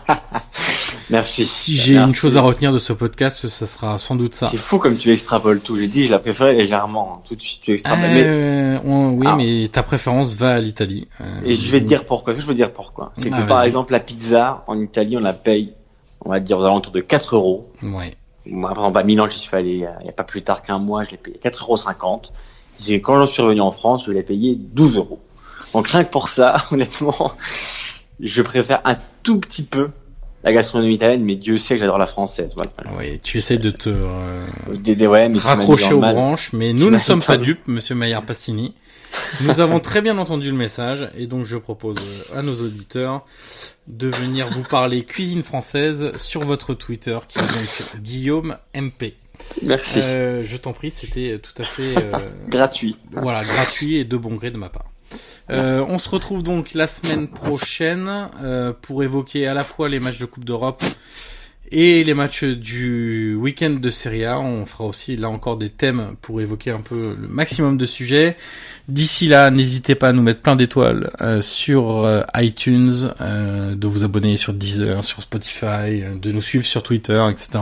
Merci. Si j'ai une chose à retenir de ce podcast, ça sera sans doute ça. C'est fou comme tu extrapoles tout. J'ai dit, je la préférais légèrement. Tout de suite, tu extrapoles. Mais ta préférence va à l'Italie. Et je vais te dire pourquoi. C'est que par exemple, la pizza, en Italie, on la paye, on va dire, aux alentours de 4 €. Ouais. Moi, par exemple, à Milan, j'y suis allé il y a pas plus tard qu'un mois, je l'ai payé 4,50 €. Quand j'en suis revenu en France, je l'ai payé 12 €. Donc rien que pour ça, honnêtement, je préfère un tout petit peu la gastronomie italienne, mais Dieu sait que j'adore la française. Voilà. Oui, tu essaies de te mais raccrocher aux branches, mais nous ne sommes pas dupes, monsieur Maillard Pastini. Nous avons très bien entendu le message, et donc je propose à nos auditeurs de venir vous parler cuisine française sur votre Twitter, qui est donc Guillaume MP. Merci. Je t'en prie, c'était tout à fait gratuit. Voilà, gratuit et de bon gré de ma part. On se retrouve donc la semaine prochaine pour évoquer à la fois les matchs de Coupe d'Europe et les matchs du week-end de Serie A. On fera aussi là encore des thèmes pour évoquer un peu le maximum de sujets. D'ici là, n'hésitez pas à nous mettre plein d'étoiles sur iTunes, de vous abonner sur Deezer, sur Spotify, de nous suivre sur Twitter, etc.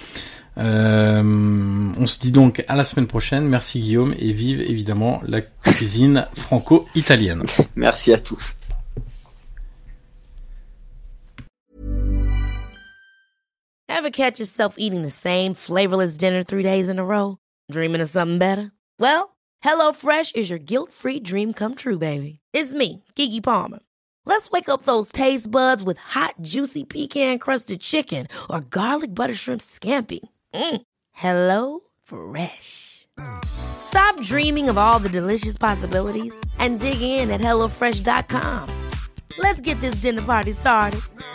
On se dit donc à la semaine prochaine. Merci Guillaume, et vive évidemment la cuisine franco-italienne. Merci à tous. Ever catch yourself eating the same flavorless dinner 3 days in a row? Dreaming of something better? Well, HelloFresh is your guilt-free dream come true, baby. It's me, Keke Palmer. Let's wake up those taste buds with hot, juicy pecan-crusted chicken or garlic butter shrimp scampi. Hello Fresh. Stop dreaming of all the delicious possibilities and dig in at HelloFresh.com. Let's get this dinner party started.